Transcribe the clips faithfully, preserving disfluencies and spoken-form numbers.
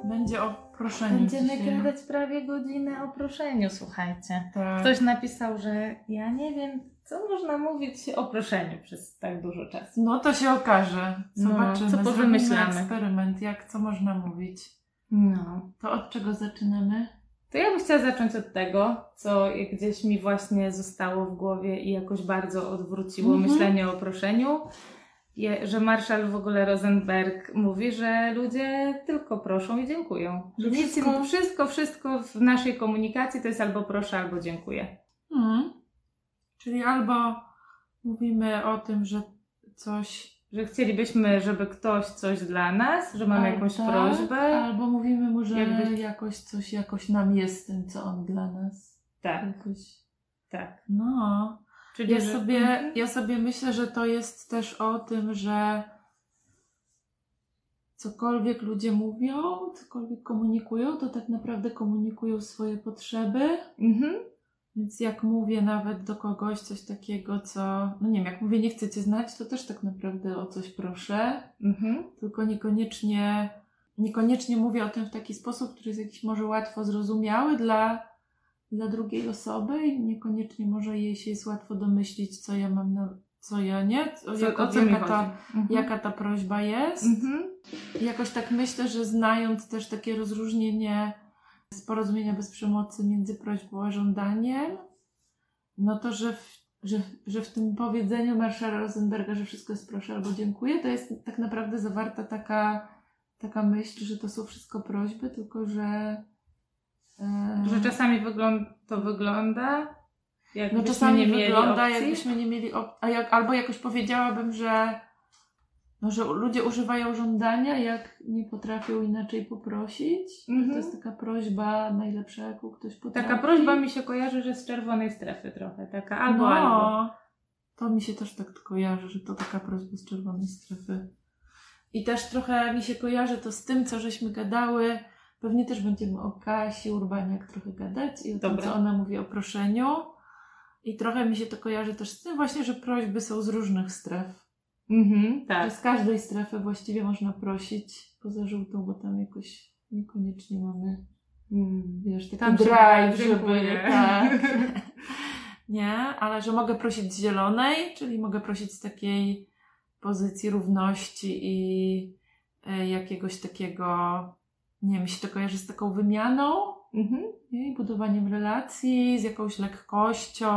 Będzie o proszeniu. Będziemy dzisiaj. gadać prawie godzinę o proszeniu, słuchajcie. Tak. Ktoś napisał, że ja nie wiem, co można mówić o proszeniu przez tak dużo czasu. No to się okaże. Zobaczymy. No, co powymyślamy. Zrobimy eksperyment, jak co można mówić. No. To od czego zaczynamy? To ja bym chciała zacząć od tego, co gdzieś mi właśnie zostało w głowie i jakoś bardzo odwróciło Mhm. myślenie o proszeniu. Je, że marszał w ogóle Rosenberg mówi, że ludzie tylko proszą i dziękują. Że nic, Wszystko- wszystko, wszystko w naszej komunikacji to jest albo proszę, albo dziękuję. Mhm. Czyli albo mówimy o tym, że coś... Że chcielibyśmy, żeby ktoś coś dla nas, że mamy albo jakąś tak, prośbę. Albo mówimy mu, że Jakby- jakoś coś jakoś nam jest tym, co on dla nas. Tak, Jakoś... tak. No... Czyli Ja że- sobie, ja sobie myślę, że to jest też o tym, że cokolwiek ludzie mówią, cokolwiek komunikują, to tak naprawdę komunikują swoje potrzeby. Mhm. Więc jak mówię nawet do kogoś coś takiego, co, no nie wiem, jak mówię nie chcę cię znać, to też tak naprawdę o coś proszę, Mhm. tylko niekoniecznie, niekoniecznie mówię o tym w taki sposób, który jest jakiś może łatwo zrozumiały dla, dla drugiej osoby i niekoniecznie może jej się jest łatwo domyślić, co ja mam na, co ja nie, o, Co, jako, o co mi jaka, chodzi? ta, Mhm. jaka ta prośba jest. Mhm. I jakoś tak myślę, że znając też takie rozróżnienie z porozumienia bez przemocy między prośbą a żądaniem, no to, że w, że, że w tym powiedzeniu Marszala Rosenberga, że wszystko jest proszę albo dziękuję, to jest tak naprawdę zawarta taka, taka myśl, że to są wszystko prośby, tylko że... e, Że czasami wygląd- to wygląda, jakbyśmy no czasami nie mieli wygląda, opcji. jakbyśmy nie mieli op- a jak, albo jakoś powiedziałabym, że no, że ludzie używają żądania, jak nie potrafią inaczej poprosić. Mhm. To jest taka prośba najlepsza, jaką ktoś potrafi. Taka prośba mi się kojarzy, że z czerwonej strefy trochę. Taka albo, no, albo. To mi się też tak kojarzy, że to taka prośba z czerwonej strefy. I też trochę mi się kojarzy to z tym, co żeśmy gadały. Pewnie też będziemy o Kasi Urbaniak trochę gadać i o Dobra. tym, co ona mówi o proszeniu. I trochę mi się to kojarzy też z tym właśnie, że prośby są z różnych stref. Mhm, Że tak. z każdej strefy właściwie można prosić, poza żółtą, bo tam jakoś niekoniecznie mamy, Mm. wiesz, taki Tam się drive, dziękuję. żeby... Tak. Nie, ale że mogę prosić z zielonej, czyli mogę prosić z takiej pozycji równości i e, jakiegoś takiego, nie wiem, mi się to kojarzy z taką wymianą, Mhm. nie? I budowaniem relacji, z jakąś lekkością.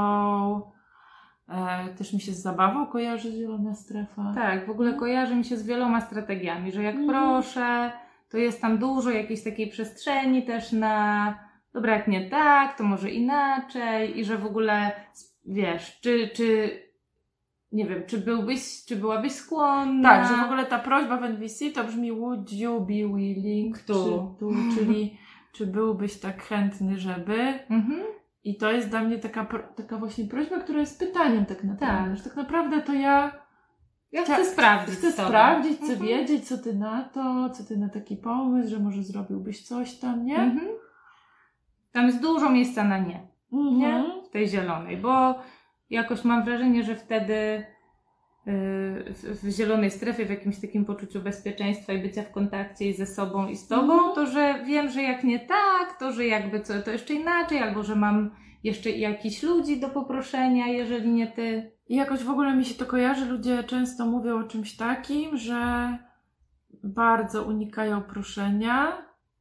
E, też mi się z zabawą kojarzy zielona strefa. Tak, w ogóle kojarzy mi się z wieloma strategiami, że jak Mhm. proszę, to jest tam dużo jakiejś takiej przestrzeni też na dobra, jak nie tak, to może inaczej i że w ogóle, wiesz, czy, czy nie wiem, czy byłbyś, czy byłabyś skłonna. Tak, że w ogóle ta prośba w N V C to brzmi would you be willing To. czy, tu, czyli czy byłbyś tak chętny, żeby. Mhm. I to jest dla mnie taka, pro- taka właśnie prośba, która jest pytaniem tak naprawdę. Tak. Że tak naprawdę to ja Ja Chcia- chcę sprawdzić chcę z tobą. sprawdzić, chcę Mhm. wiedzieć, co ty na to, co ty na taki pomysł, że może zrobiłbyś coś tam, nie? Mhm. Tam jest dużo miejsca na nie. Mhm. Nie? W tej zielonej, bo jakoś mam wrażenie, że wtedy yy, w, w zielonej strefie, w jakimś takim poczuciu bezpieczeństwa i bycia w kontakcie i ze sobą i z tobą, Mhm. to że wiem, że jak nie tak, to że jakby co, to jeszcze inaczej, albo że mam jeszcze jakichś ludzi do poproszenia, jeżeli nie ty. I jakoś w ogóle mi się to kojarzy, ludzie często mówią o czymś takim, że bardzo unikają proszenia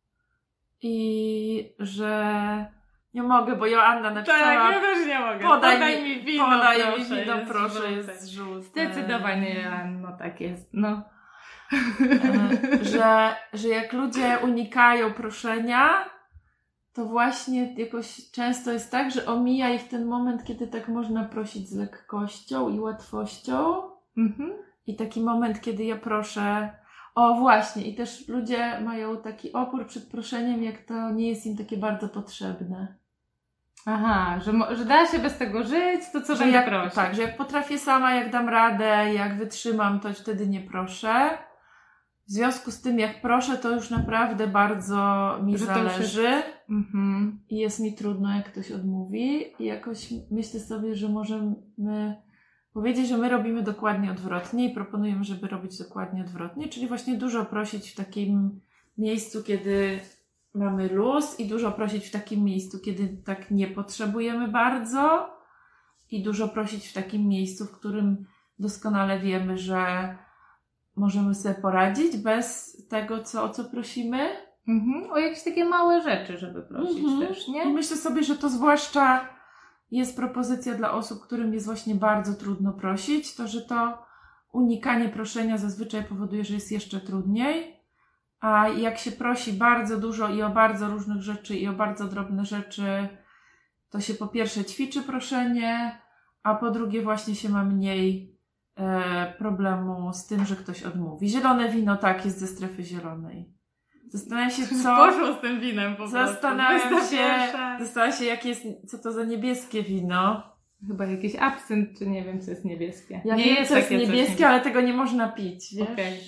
i że nie mogę, bo Joanna napisała też nie mogę. podaj, mi wino, podaj mi proszę, wino, jest proszę, żółte. jest żółte. Zdecydowanie, no tak jest, no. E, że, że jak ludzie unikają proszenia, to właśnie jakoś często jest tak, że omija ich ten moment, kiedy tak można prosić z lekkością i łatwością. Mhm. I taki moment, kiedy ja proszę, o właśnie, i też ludzie mają taki opór przed proszeniem, jak to nie jest im takie bardzo potrzebne. Aha, że, mo- że da się bez tego żyć, to co Że będę jak, prosić? tak, że jak potrafię sama, jak dam radę, jak wytrzymam, to wtedy nie proszę. W związku z tym, jak proszę, to już naprawdę bardzo mi Że to już zależy Mhm. i jest mi trudno, jak ktoś odmówi. I jakoś myślę sobie, że możemy powiedzieć, że my robimy dokładnie odwrotnie i proponujemy, żeby robić dokładnie odwrotnie, czyli właśnie dużo prosić w takim miejscu, kiedy mamy luz i dużo prosić w takim miejscu, kiedy tak nie potrzebujemy bardzo i dużo prosić w takim miejscu, w którym doskonale wiemy, że możemy sobie poradzić bez tego, co, o co prosimy. Mhm. O jakieś takie małe rzeczy, żeby prosić Mhm. też, nie? I myślę sobie, że to zwłaszcza jest propozycja dla osób, którym jest właśnie bardzo trudno prosić, to, że to unikanie proszenia zazwyczaj powoduje, że jest jeszcze trudniej, a jak się prosi bardzo dużo i o bardzo różnych rzeczy i o bardzo drobne rzeczy, to się po pierwsze ćwiczy proszenie, a po drugie właśnie się ma mniej e, problemu z tym, że ktoś odmówi. Zielone wino, tak, jest ze strefy zielonej. Zastanawiam się, co... Poszło z tym winem po prostu. Zastanawiam się, Wystarczy. zastanawiam się, jakie jest, co to za niebieskie wino. Chyba jakiś absynt, czy nie wiem, co jest niebieskie. Ja nie wiem, jest co jest takie coś niebieskie, ale tego nie można pić, wiesz? Okej.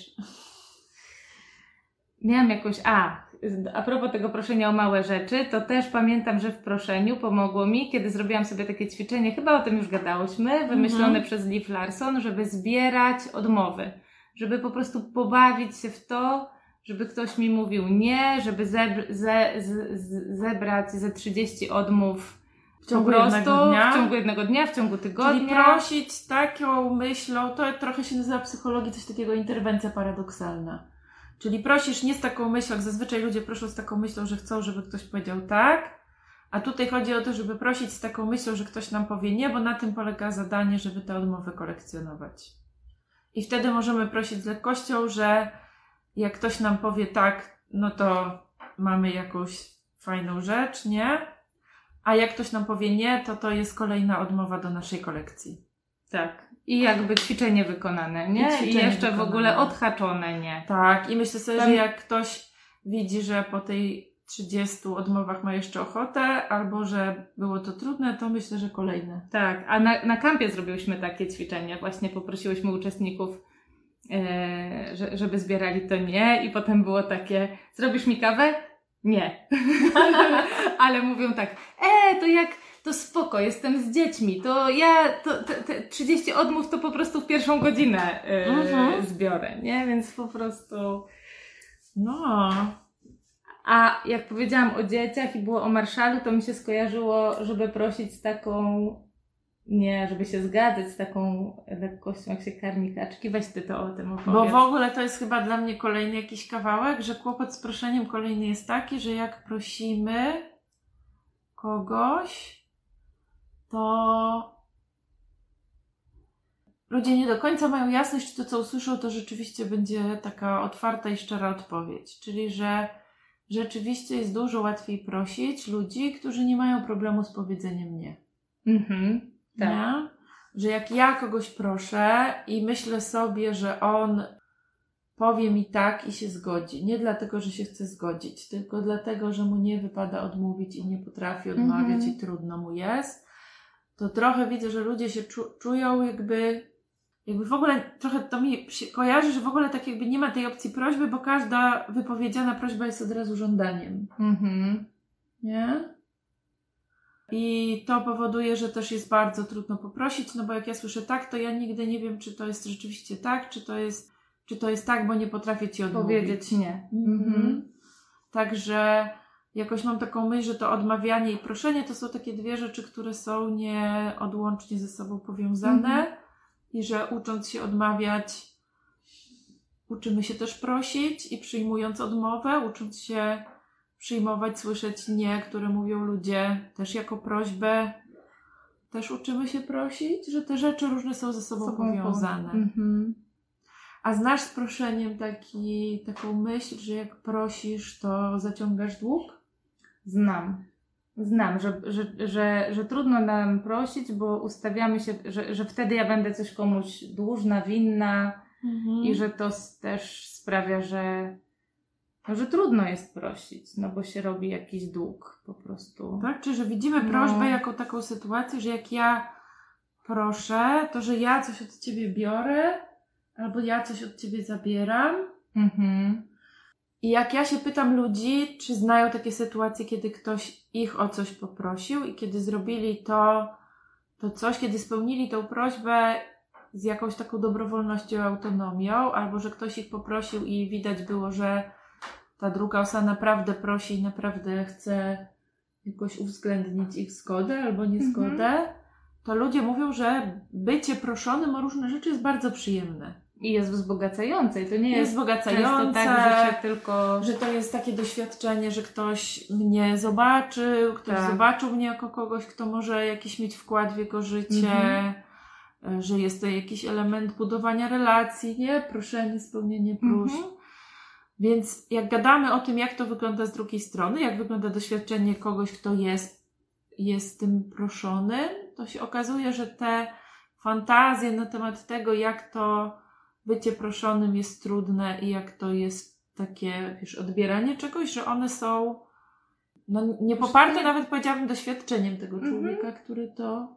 Miałam jakąś... A, a propos tego proszenia o małe rzeczy, to też pamiętam, że w proszeniu pomogło mi, kiedy zrobiłam sobie takie ćwiczenie, chyba o tym już gadałyśmy, wymyślone Mhm. przez Liv Larson, żeby zbierać odmowy. Żeby po prostu pobawić się w to, żeby ktoś mi mówił nie, żeby zeb- ze- z- z- zebrać ze trzydzieści odmów W ciągu po prostu jednego dnia. w ciągu jednego dnia, w ciągu tygodnia. Czyli prosić taką myślą, to trochę się nazywa w psychologii coś takiego interwencja paradoksalna. Czyli prosisz nie z taką myślą, jak zazwyczaj ludzie proszą z taką myślą, że chcą, żeby ktoś powiedział tak, a tutaj chodzi o to, żeby prosić z taką myślą, że ktoś nam powie nie, bo na tym polega zadanie, żeby te odmowy kolekcjonować. I wtedy możemy prosić z lekkością, że jak ktoś nam powie tak, no to mamy jakąś fajną rzecz, nie? A jak ktoś nam powie nie, to to jest kolejna odmowa do naszej kolekcji. Tak. I jakby ćwiczenie wykonane, nie? I I, ćwiczenie jeszcze wykonane. w ogóle odhaczone, nie? Tak, i myślę sobie, Tam- że jak ktoś widzi, że po tej trzydziestu odmowach ma jeszcze ochotę, albo że było to trudne, to myślę, że kolejne. Tak, a na, na kampie zrobiłyśmy takie ćwiczenie. Właśnie poprosiłyśmy uczestników, e, że, żeby zbierali to nie i potem było takie, zrobisz mi kawę? Nie. Ale mówią tak, e, to jak, to spoko, jestem z dziećmi, to ja, to, te, te trzydzieści odmów to po prostu w pierwszą godzinę e, Mhm. zbiorę, nie? Więc po prostu... No, A jak powiedziałam o dzieciach i było o marszalu, to mi się skojarzyło, żeby prosić z taką, nie, żeby się zgadzać z taką lekkością, jak się karmi kaczki. Weź ty to o tym opowiedz. bo w ogóle to jest chyba dla mnie kolejny jakiś kawałek, że kłopot z proszeniem kolejny jest taki, że jak prosimy kogoś, to ludzie nie do końca mają jasność, czy to, co usłyszą, to rzeczywiście będzie taka otwarta i szczera odpowiedź. Czyli, że rzeczywiście jest dużo łatwiej prosić ludzi, którzy nie mają problemu z powiedzeniem nie. Mhm, tak. Nie? Że jak ja kogoś proszę i myślę sobie, że on powie mi tak i się zgodzi. Nie dlatego, że się chce zgodzić, tylko dlatego, że mu nie wypada odmówić i nie potrafi odmawiać Mhm. i trudno mu jest. To trochę widzę, że ludzie się czu- czują jakby, jakby w ogóle, trochę to mi się kojarzy, że w ogóle tak jakby nie ma tej opcji prośby, bo każda wypowiedziana prośba jest od razu żądaniem. Mhm. Nie? I to powoduje, że też jest bardzo trudno poprosić, no bo jak ja słyszę tak, to ja nigdy nie wiem, czy to jest rzeczywiście tak, czy to jest, czy to jest tak, bo nie potrafię ci odmówić. Powiedzieć nie. Mhm. Także jakoś mam taką myśl, że to odmawianie i proszenie to są takie dwie rzeczy, które są nieodłącznie ze sobą powiązane Mhm. i że ucząc się odmawiać, uczymy się też prosić i przyjmując odmowę, ucząc się przyjmować, słyszeć nie, które mówią ludzie też jako prośbę, też uczymy się prosić, że te rzeczy różne są ze sobą, Sobą powiązane. Mhm. A znasz z proszeniem taki, taką myśl, że jak prosisz, to zaciągasz dług? Znam. Znam, że, że, że, że trudno nam prosić, bo ustawiamy się, że, że wtedy ja będę coś komuś dłużna, winna Mhm. i że to s- też sprawia, że, no, że trudno jest prosić, no bo się robi jakiś dług po prostu. Tak? Czy że widzimy No. prośbę jako taką sytuację, że jak ja proszę, to że ja coś od ciebie biorę, albo ja coś od ciebie zabieram. Mhm. I jak ja się pytam ludzi, czy znają takie sytuacje, kiedy ktoś ich o coś poprosił i kiedy zrobili to, to coś, kiedy spełnili tą prośbę z jakąś taką dobrowolnością, autonomią, albo że ktoś ich poprosił i widać było, że ta druga osoba naprawdę prosi i naprawdę chce jakoś uwzględnić ich zgodę albo niezgodę, mhm. to ludzie mówią, że bycie proszonym o różne rzeczy jest bardzo przyjemne. I jest wzbogacające. I to nie jest, jest wzbogacające, tak, że się tylko... że to jest takie doświadczenie, że ktoś mnie zobaczył, ktoś tak. zobaczył mnie jako kogoś, kto może jakiś mieć wkład w jego życie, mhm. że jest to jakiś element budowania relacji, nie? Proszenie, spełnienie próśb. Mhm. Więc jak gadamy o tym, jak to wygląda z drugiej strony, jak wygląda doświadczenie kogoś, kto jest, jest tym proszonym, to się okazuje, że te fantazje na temat tego, jak to bycie proszonym jest trudne i jak to jest takie, wiesz, odbieranie czegoś, że one są no, nie poparte nawet, powiedziałabym, doświadczeniem tego człowieka, mm-hmm. który to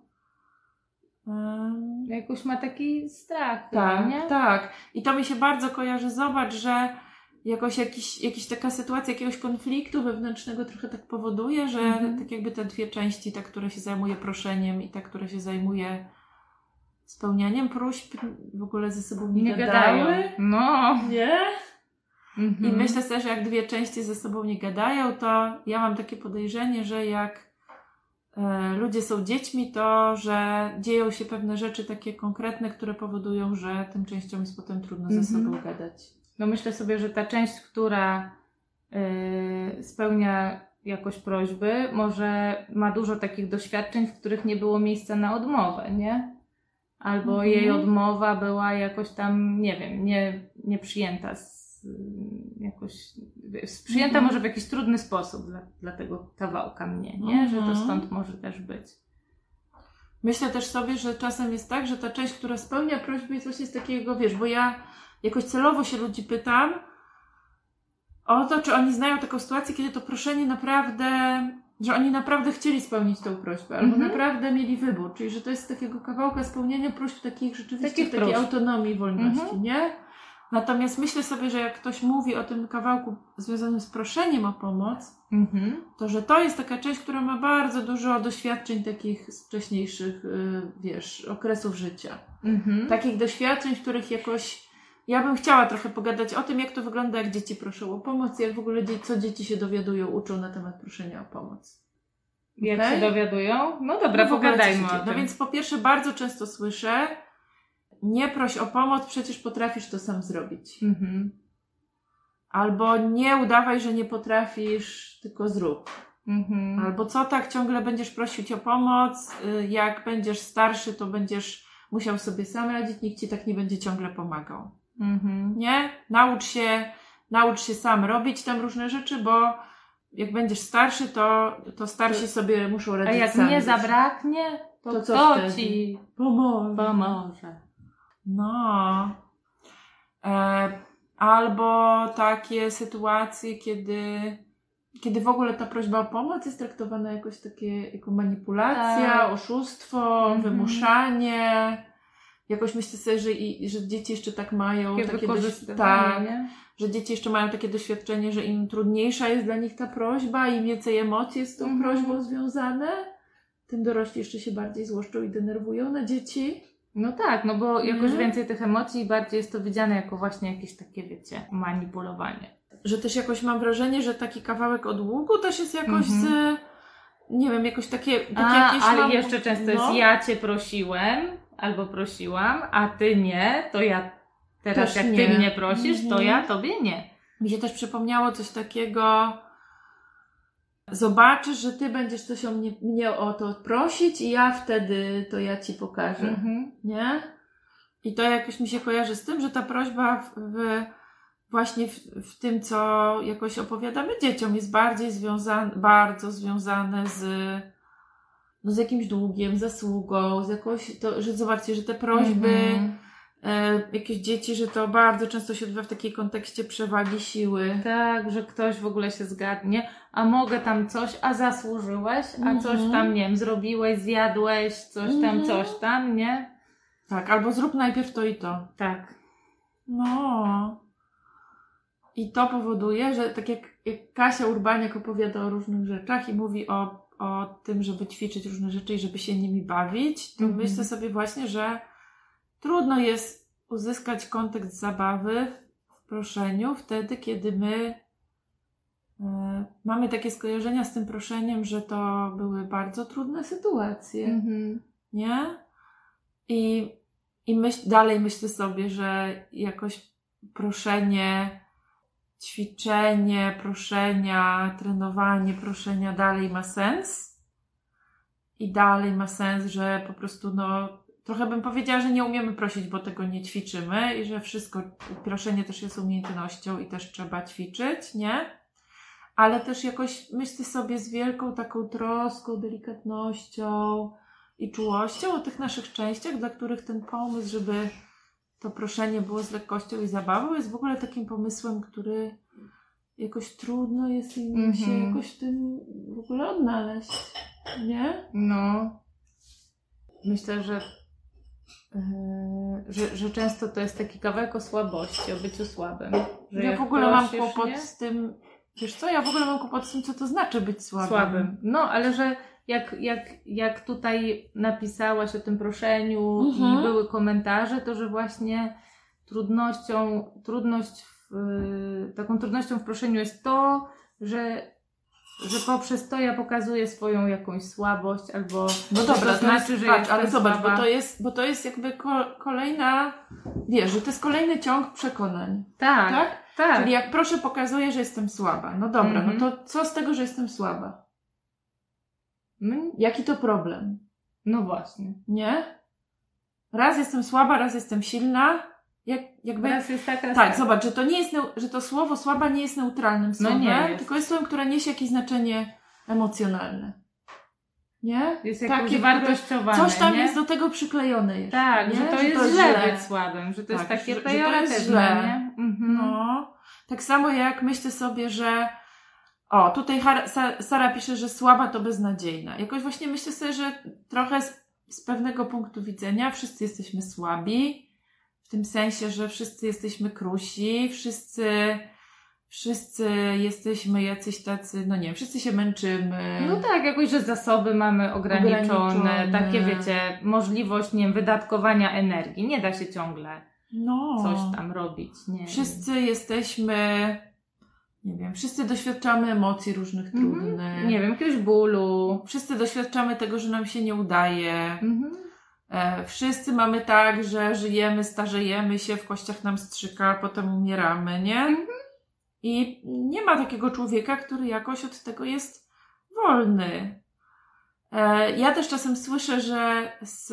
um... jakoś ma taki strach. Tak, nie? tak. I to mi się bardzo kojarzy. Zobacz, że jakoś jakiś, jakiś taka sytuacja jakiegoś konfliktu wewnętrznego trochę tak powoduje, że mm-hmm. tak jakby te dwie części, ta, która się zajmuje proszeniem i ta, która się zajmuje spełnianiem próśb, w ogóle ze sobą nie, nie gadały. Gadają. No. Nie? Mm-hmm. I myślę sobie, że jak dwie części ze sobą nie gadają, to ja mam takie podejrzenie, że jak e, ludzie są dziećmi, to że dzieją się pewne rzeczy takie konkretne, które powodują, że tym częściom jest potem trudno mm-hmm. ze sobą gadać. No myślę sobie, że ta część, która y, spełnia jakoś prośby, może ma dużo takich doświadczeń, w których nie było miejsca na odmowę, nie? Albo mhm. jej odmowa była jakoś tam, nie wiem, nie, nie przyjęta, z, jakoś, przyjęta mhm. może w jakiś trudny sposób dla, dla tego kawałka mnie, nie? Mhm. Że to stąd może też być. Myślę też sobie, że czasem jest tak, że ta część, która spełnia prośby, jest właśnie z takiego, wiesz, bo ja jakoś celowo się ludzi pytam o to, czy oni znają taką sytuację, kiedy to proszenie naprawdę, że oni naprawdę chcieli spełnić tą prośbę, albo mm-hmm. naprawdę mieli wybór, czyli że to jest z takiego kawałka spełnienia próśb takich rzeczywiście, takich takiej próśb. Autonomii, wolności, mm-hmm. nie? Natomiast myślę sobie, że jak ktoś mówi o tym kawałku związanym z proszeniem o pomoc, mm-hmm. to że to jest taka część, która ma bardzo dużo doświadczeń takich z wcześniejszych, yy, wiesz, okresów życia. Mm-hmm. Takich doświadczeń, w których jakoś ja bym chciała trochę pogadać o tym, jak to wygląda, jak dzieci proszą o pomoc, jak w ogóle co dzieci się dowiadują, uczą na temat proszenia o pomoc. Jak okay? się dowiadują? No dobra, no pogadajmy o tym. No więc po pierwsze bardzo często słyszę, nie proś o pomoc, przecież potrafisz to sam zrobić. Mm-hmm. Albo nie udawaj, że nie potrafisz, tylko zrób. Mm-hmm. Albo co tak ciągle będziesz prosić o pomoc, jak będziesz starszy, to będziesz musiał sobie sam radzić, nikt ci tak nie będzie ciągle pomagał. Mm-hmm. Nie? Naucz się, naucz się sam robić tam różne rzeczy, bo jak będziesz starszy, to, to starsi sobie muszą radzić sami. A jak sami. nie zabraknie, to, to co kto ci pomoże? pomoże. No. E, albo takie sytuacje, kiedy, kiedy w ogóle ta prośba o pomoc jest traktowana jakoś takie, jako manipulacja, tak. oszustwo, mm-hmm. wymuszanie. Jakoś myślę sobie, że, i, że dzieci jeszcze tak mają takie, takie doświadczenie, tak, że dzieci jeszcze mają takie doświadczenie, że im trudniejsza jest dla nich ta prośba, im więcej emocji jest z tą mm-hmm. prośbą związane, tym dorośli jeszcze się bardziej złoszczą i denerwują na dzieci. No tak, no bo jakoś mm. więcej tych emocji i bardziej jest to widziane jako właśnie jakieś takie, wiecie, manipulowanie. Że też jakoś mam wrażenie, że taki kawałek odługu też jest jakoś mm-hmm. z, nie wiem, jakoś takie, takie a, jakieś... ale mam... jeszcze często no. jest ja cię prosiłem, albo prosiłam, a ty nie, to ja teraz też jak nie. ty mnie prosisz, mm-hmm. to ja tobie nie. Mi się też przypomniało coś takiego, zobaczysz, że ty będziesz coś o mnie, mnie o to prosić i ja wtedy to ja ci pokażę, mm-hmm. nie? I to jakoś mi się kojarzy z tym, że ta prośba w, w, właśnie w, w tym, co jakoś opowiadamy dzieciom, jest bardziej związane, bardzo związane z, no, z jakimś długiem, zasługą, z jakąś, to, że zobaczcie, że te prośby mm-hmm. e, jakieś dzieci, że to bardzo często się odbywa w takiej kontekście przewagi siły. Tak, że ktoś w ogóle się zgadnie, a mogę tam coś, a zasłużyłeś, a mm-hmm. coś tam, nie wiem, zrobiłeś, zjadłeś, coś tam, mm-hmm. coś tam, nie? Tak, albo zrób najpierw to i to. Tak. No. I to powoduje, że tak jak, jak Kasia Urbaniak opowiada o różnych rzeczach i mówi o, o tym, żeby ćwiczyć różne rzeczy i żeby się nimi bawić, to mm-hmm. myślę sobie właśnie, że trudno jest uzyskać kontekst zabawy w proszeniu wtedy, kiedy my mamy takie skojarzenia z tym proszeniem, że to były bardzo trudne sytuacje, Mhm. nie? I, i myśl, dalej myślę sobie, że jakoś proszenie, ćwiczenie proszenia, trenowanie proszenia dalej ma sens. I dalej ma sens, że po prostu no trochę bym powiedziała, że nie umiemy prosić, bo tego nie ćwiczymy i że wszystko, proszenie też jest umiejętnością i też trzeba ćwiczyć, nie? Ale też jakoś myślę sobie z wielką taką troską, delikatnością i czułością o tych naszych częściach, dla których ten pomysł, żeby to proszenie było z lekkością i zabawą, jest w ogóle takim pomysłem, który jakoś trudno jest im Mhm. się jakoś w tym w ogóle odnaleźć, nie? No. Myślę, że, yy, że, że często to jest taki kawałek o słabości, o byciu słabym. Że Ja jak w ogóle mam prosisz, kłopot nie? z tym, wiesz co, ja w ogóle mam kłopot z tym, co to znaczy być słabym. Słabym. No, ale że jak, jak, jak tutaj napisałaś o tym proszeniu Mhm. i były komentarze, to że właśnie trudnością, trudność w, taką trudnością w proszeniu jest to, że że poprzez to ja pokazuję swoją jakąś słabość, albo No że dobra, to znaczy, jest, że patrz, jestem ale zobacz, słaba. bo to jest, bo to jest jakby ko- kolejna, wiesz, że to jest kolejny ciąg przekonań, Tak, tak? tak. Czyli jak proszę pokazuję, że jestem słaba. No dobra, Mhm. no to co z tego, że jestem słaba? No, Jaki to problem? no właśnie. Nie? Raz jestem słaba, raz jestem silna. Jak, jakby... Raz jest tak, raz Tak, tak. zobacz, że to nie jest, neu- że to słowo słaba nie jest neutralnym słowem, nie jest. tylko jest słowem, które niesie jakieś znaczenie emocjonalne. Nie? Jest jakieś Takie, wartościowane, coś tam nie? jest do tego przyklejone jeszcze. Tak, nie? że to jest źle być słabym, że to jest Tak, takie że- że to jest pejoratywne, źle. nie? Mhm. No. Tak samo jak myślę sobie, że o, tutaj Har- Sa- Sara pisze, że słaba to beznadziejna. Jakoś właśnie myślę sobie, że trochę z, z pewnego punktu widzenia wszyscy jesteśmy słabi. W tym sensie, że wszyscy jesteśmy krusi, wszyscy, wszyscy jesteśmy jacyś tacy, no nie wiem, wszyscy się męczymy. No tak, jakoś, że zasoby mamy ograniczone, Ograniczone. takie wiecie, możliwość, nie wiem, wydatkowania energii. Nie da się ciągle No. coś tam robić, nie? Wszyscy jesteśmy, nie wiem, wszyscy doświadczamy emocji różnych trudnych. Mhm. Nie wiem, jakiegoś bólu. Wszyscy doświadczamy tego, że nam się nie udaje. Mhm. E, wszyscy mamy tak, że żyjemy, starzejemy się, w kościach nam strzyka, potem umieramy, nie? Mhm. I nie ma takiego człowieka, który jakoś od tego jest wolny. E, ja też czasem słyszę, że z...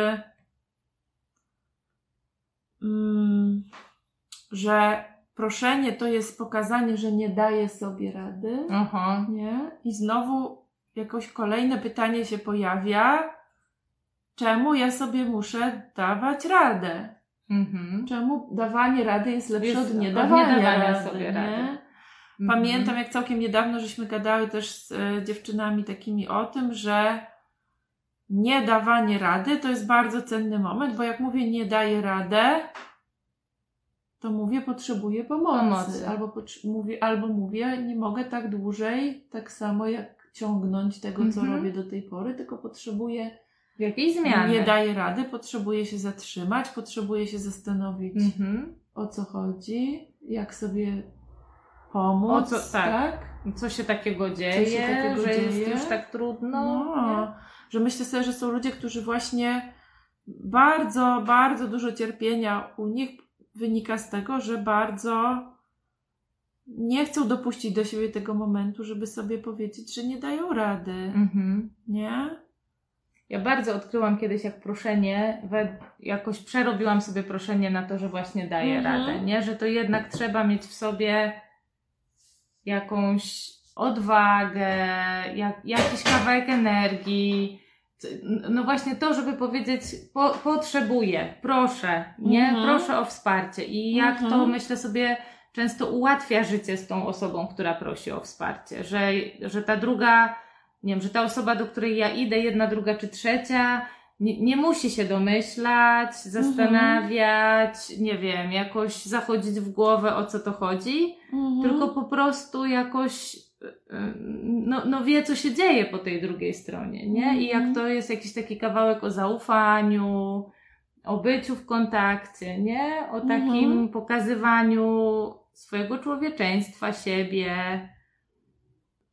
Mm, że proszenie to jest pokazanie, że nie daje sobie rady, Aha. nie? I znowu jakoś kolejne pytanie się pojawia, czemu ja sobie muszę dawać radę? Mhm. Czemu dawanie rady jest lepsze Jest od od niedawania niedawania rady, sobie nie? rady. Pamiętam, jak całkiem niedawno żeśmy gadały też z e, dziewczynami takimi o tym, że niedawanie rady to jest bardzo cenny moment, bo jak mówię nie daję radę, to mówię potrzebuję pomocy. Pomocy. Albo, potr- mówię, albo mówię nie mogę tak dłużej, tak samo jak ciągnąć tego, co Mhm. robię do tej pory, tylko potrzebuję, Jakieś zmiany. nie daję rady, potrzebuję się zatrzymać, potrzebuję się zastanowić, Mhm. o co chodzi, jak sobie pomóc, O co- tak. Co się takiego dzieje, takiego że dzieje? jest już tak trudno. No, że myślę sobie, że są ludzie, którzy właśnie bardzo, bardzo dużo cierpienia u nich wynika z tego, że bardzo nie chcą dopuścić do siebie tego momentu, żeby sobie powiedzieć, że nie dają rady, Mhm. nie? Ja bardzo odkryłam kiedyś, jak proszenie, we, jakoś przerobiłam sobie proszenie na to, że właśnie daję Mhm. radę, nie? Że to jednak trzeba mieć w sobie jakąś odwagę, jak, jakiś kawałek energii. No właśnie to, żeby powiedzieć, po, potrzebuję, proszę, nie? Mhm. Proszę o wsparcie. I jak Mhm. to, myślę sobie, często ułatwia życie z tą osobą, która prosi o wsparcie. Że, że ta druga, nie wiem, że ta osoba, do której ja idę, jedna, druga czy trzecia, nie, nie musi się domyślać, zastanawiać, nie wiem, jakoś zachodzić w głowę, o co to chodzi, Mhm. tylko po prostu jakoś no, no wie, co się dzieje po tej drugiej stronie, nie? I jak to jest jakiś taki kawałek o zaufaniu, o byciu w kontakcie, nie? O takim Mhm. pokazywaniu swojego człowieczeństwa, siebie,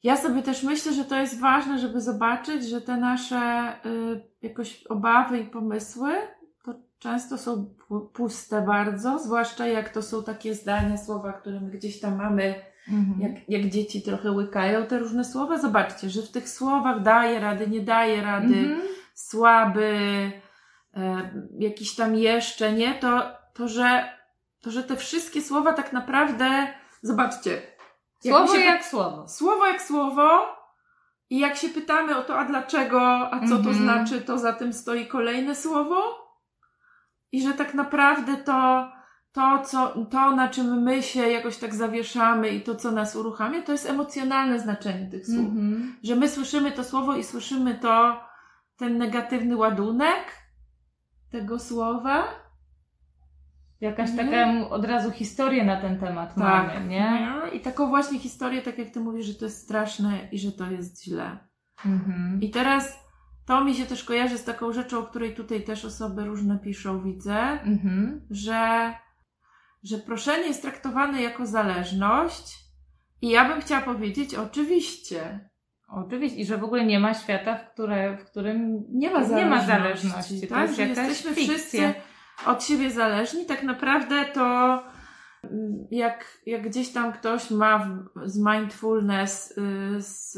ja sobie też myślę, że to jest ważne, żeby zobaczyć, że te nasze y, jakoś obawy i pomysły to często są pu- puste bardzo, zwłaszcza jak to są takie zdania, słowa, które my gdzieś tam mamy, Mhm. jak, jak dzieci trochę łykają te różne słowa. Zobaczcie, że w tych słowach daje rady, nie daje rady, Mhm. słaby, e, jakiś tam jeszcze, nie? To, to, że, to, że te wszystkie słowa tak naprawdę, zobaczcie. jak Słowo mi się- jak słowo. Słowo jak słowo i jak się pytamy o to, a dlaczego, a co to Mhm. znaczy, to za tym stoi kolejne słowo. I że tak naprawdę to, to, co, to, na czym my się jakoś tak zawieszamy i to, co nas uruchamia, to jest emocjonalne znaczenie tych słów. Mhm. Że my słyszymy to słowo i słyszymy to, ten negatywny ładunek tego słowa. Jakaś Nie? taka od razu historię na ten temat mamy, nie? I taką właśnie historię, tak jak ty mówisz, że to jest straszne i że to jest źle. Mhm. I teraz to mi się też kojarzy z taką rzeczą, o której tutaj też osoby różne piszą, widzę, Mhm. że, że proszenie jest traktowane jako zależność i ja bym chciała powiedzieć, oczywiście, Oczywiście. I że w ogóle nie ma świata, w, które, w którym nie ma zależności. nie ma zależności. To Tak, jest że jakaś jesteśmy fikcja. wszyscy od siebie zależni. Tak naprawdę to mm, jak, jak gdzieś tam ktoś ma w, z mindfulness y, z,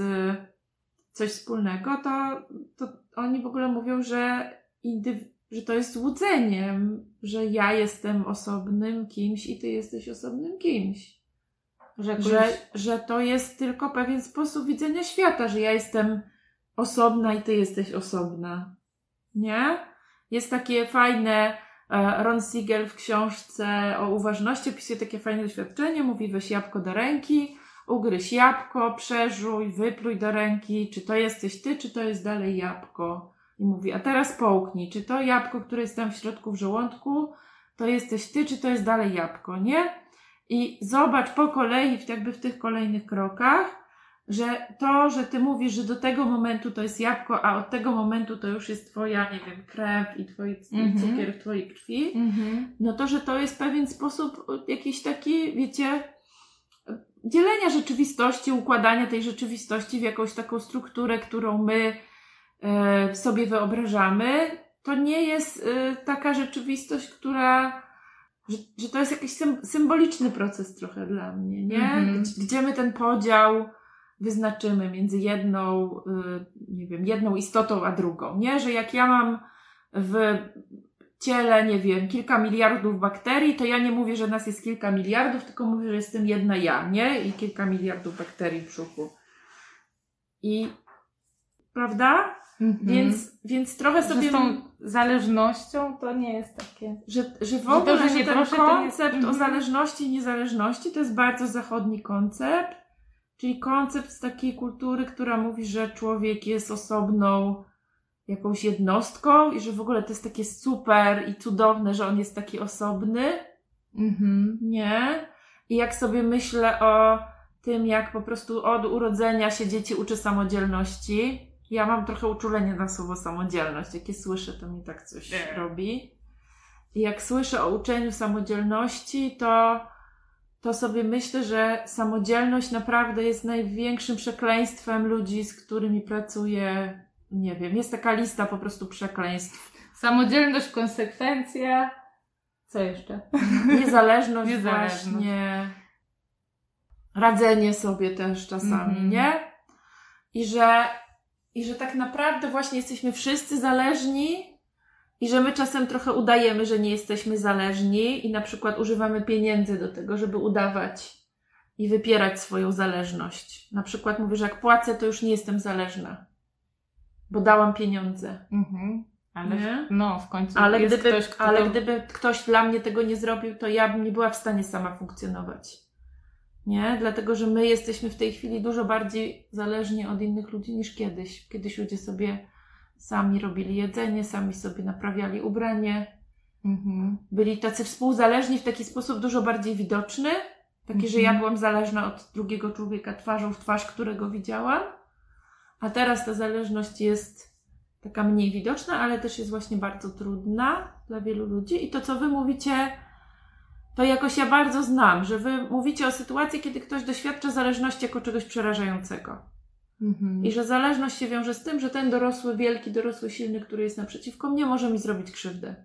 coś wspólnego, to, to oni w ogóle mówią, że, indyw- że to jest złudzeniem, że ja jestem osobnym kimś i ty jesteś osobnym kimś. Że, jakoś... Że, że to jest tylko pewien sposób widzenia świata, że ja jestem osobna i ty jesteś osobna. Nie? Jest takie fajne, e, Ron Siegel w książce o uważności opisuje takie fajne doświadczenie, mówi weź jabłko do ręki, ugryź jabłko, przeżuj, wypluj do ręki, czy to jesteś ty, czy to jest dalej jabłko. I mówi, a teraz połknij, czy to jabłko, które jest tam w środku w żołądku, to jesteś ty, czy to jest dalej jabłko, nie? I zobacz po kolei, jakby w tych kolejnych krokach, że to, że ty mówisz, że do tego momentu to jest jabłko, a od tego momentu to już jest twoja, nie wiem, krew i twój Mhm. cukier w twojej krwi, Mhm. no to, że to jest pewien sposób jakiś taki, wiecie, dzielenia rzeczywistości, układania tej rzeczywistości w jakąś taką strukturę, którą my e, sobie wyobrażamy. To nie jest e, taka rzeczywistość, która Że, że to jest jakiś sym, symboliczny proces trochę dla mnie, nie? Mhm. Gdzie, gdzie my ten podział wyznaczymy między jedną, y, nie wiem, jedną istotą a drugą, nie? Że jak ja mam w ciele, nie wiem, kilka miliardów bakterii, to ja nie mówię, że nas jest kilka miliardów, tylko mówię, że jestem jedna ja, nie? I kilka miliardów bakterii w brzuchu. I, prawda? Mhm. Więc, więc trochę Że sobie... z tą zależnością to nie jest takie... Że, że w Że to, ogóle że że nie ten proszę, to koncept jest- o mhm. zależności i niezależności to jest bardzo zachodni koncept, czyli koncept z takiej kultury, która mówi, że człowiek jest osobną jakąś jednostką i że w ogóle to jest takie super i cudowne, że on jest taki osobny, Mhm. nie? I jak sobie myślę o tym, jak po prostu od urodzenia się dzieci uczy samodzielności, ja mam trochę uczulenie na słowo samodzielność. Jak je słyszę, to mi tak coś Nie. robi. I jak słyszę o uczeniu samodzielności, to, to sobie myślę, że samodzielność naprawdę jest największym przekleństwem ludzi, z którymi pracuję. Nie wiem, jest taka lista po prostu przekleństw. Samodzielność, konsekwencja... Co jeszcze? Niezależność, Niezależność. właśnie. Radzenie sobie też czasami, Mhm. nie? I że, I że tak naprawdę właśnie jesteśmy wszyscy zależni i że my czasem trochę udajemy, że nie jesteśmy zależni i na przykład używamy pieniędzy do tego, żeby udawać i wypierać swoją zależność. Na przykład mówię, że jak płacę, to już nie jestem zależna, bo dałam pieniądze. Mhm. Ale Nie? no, w końcu Ale jest gdyby, ktoś, kto... ale gdyby ktoś dla mnie tego nie zrobił, to ja bym nie była w stanie sama funkcjonować. Nie? Dlatego, że my jesteśmy w tej chwili dużo bardziej zależni od innych ludzi niż kiedyś. Kiedyś ludzie sobie sami robili jedzenie, sami sobie naprawiali ubranie. Mhm. Byli tacy współzależni w taki sposób dużo bardziej widoczny. Taki, Mhm. że ja byłam zależna od drugiego człowieka twarzą w twarz, którego widziałam. A teraz ta zależność jest taka mniej widoczna, ale też jest właśnie bardzo trudna dla wielu ludzi. I to, co wy mówicie, to jakoś ja bardzo znam, że wy mówicie o sytuacji, kiedy ktoś doświadcza zależności jako czegoś przerażającego. Mhm. I że zależność się wiąże z tym, że ten dorosły, wielki, dorosły, silny, który jest naprzeciwko mnie, może mi zrobić krzywdę.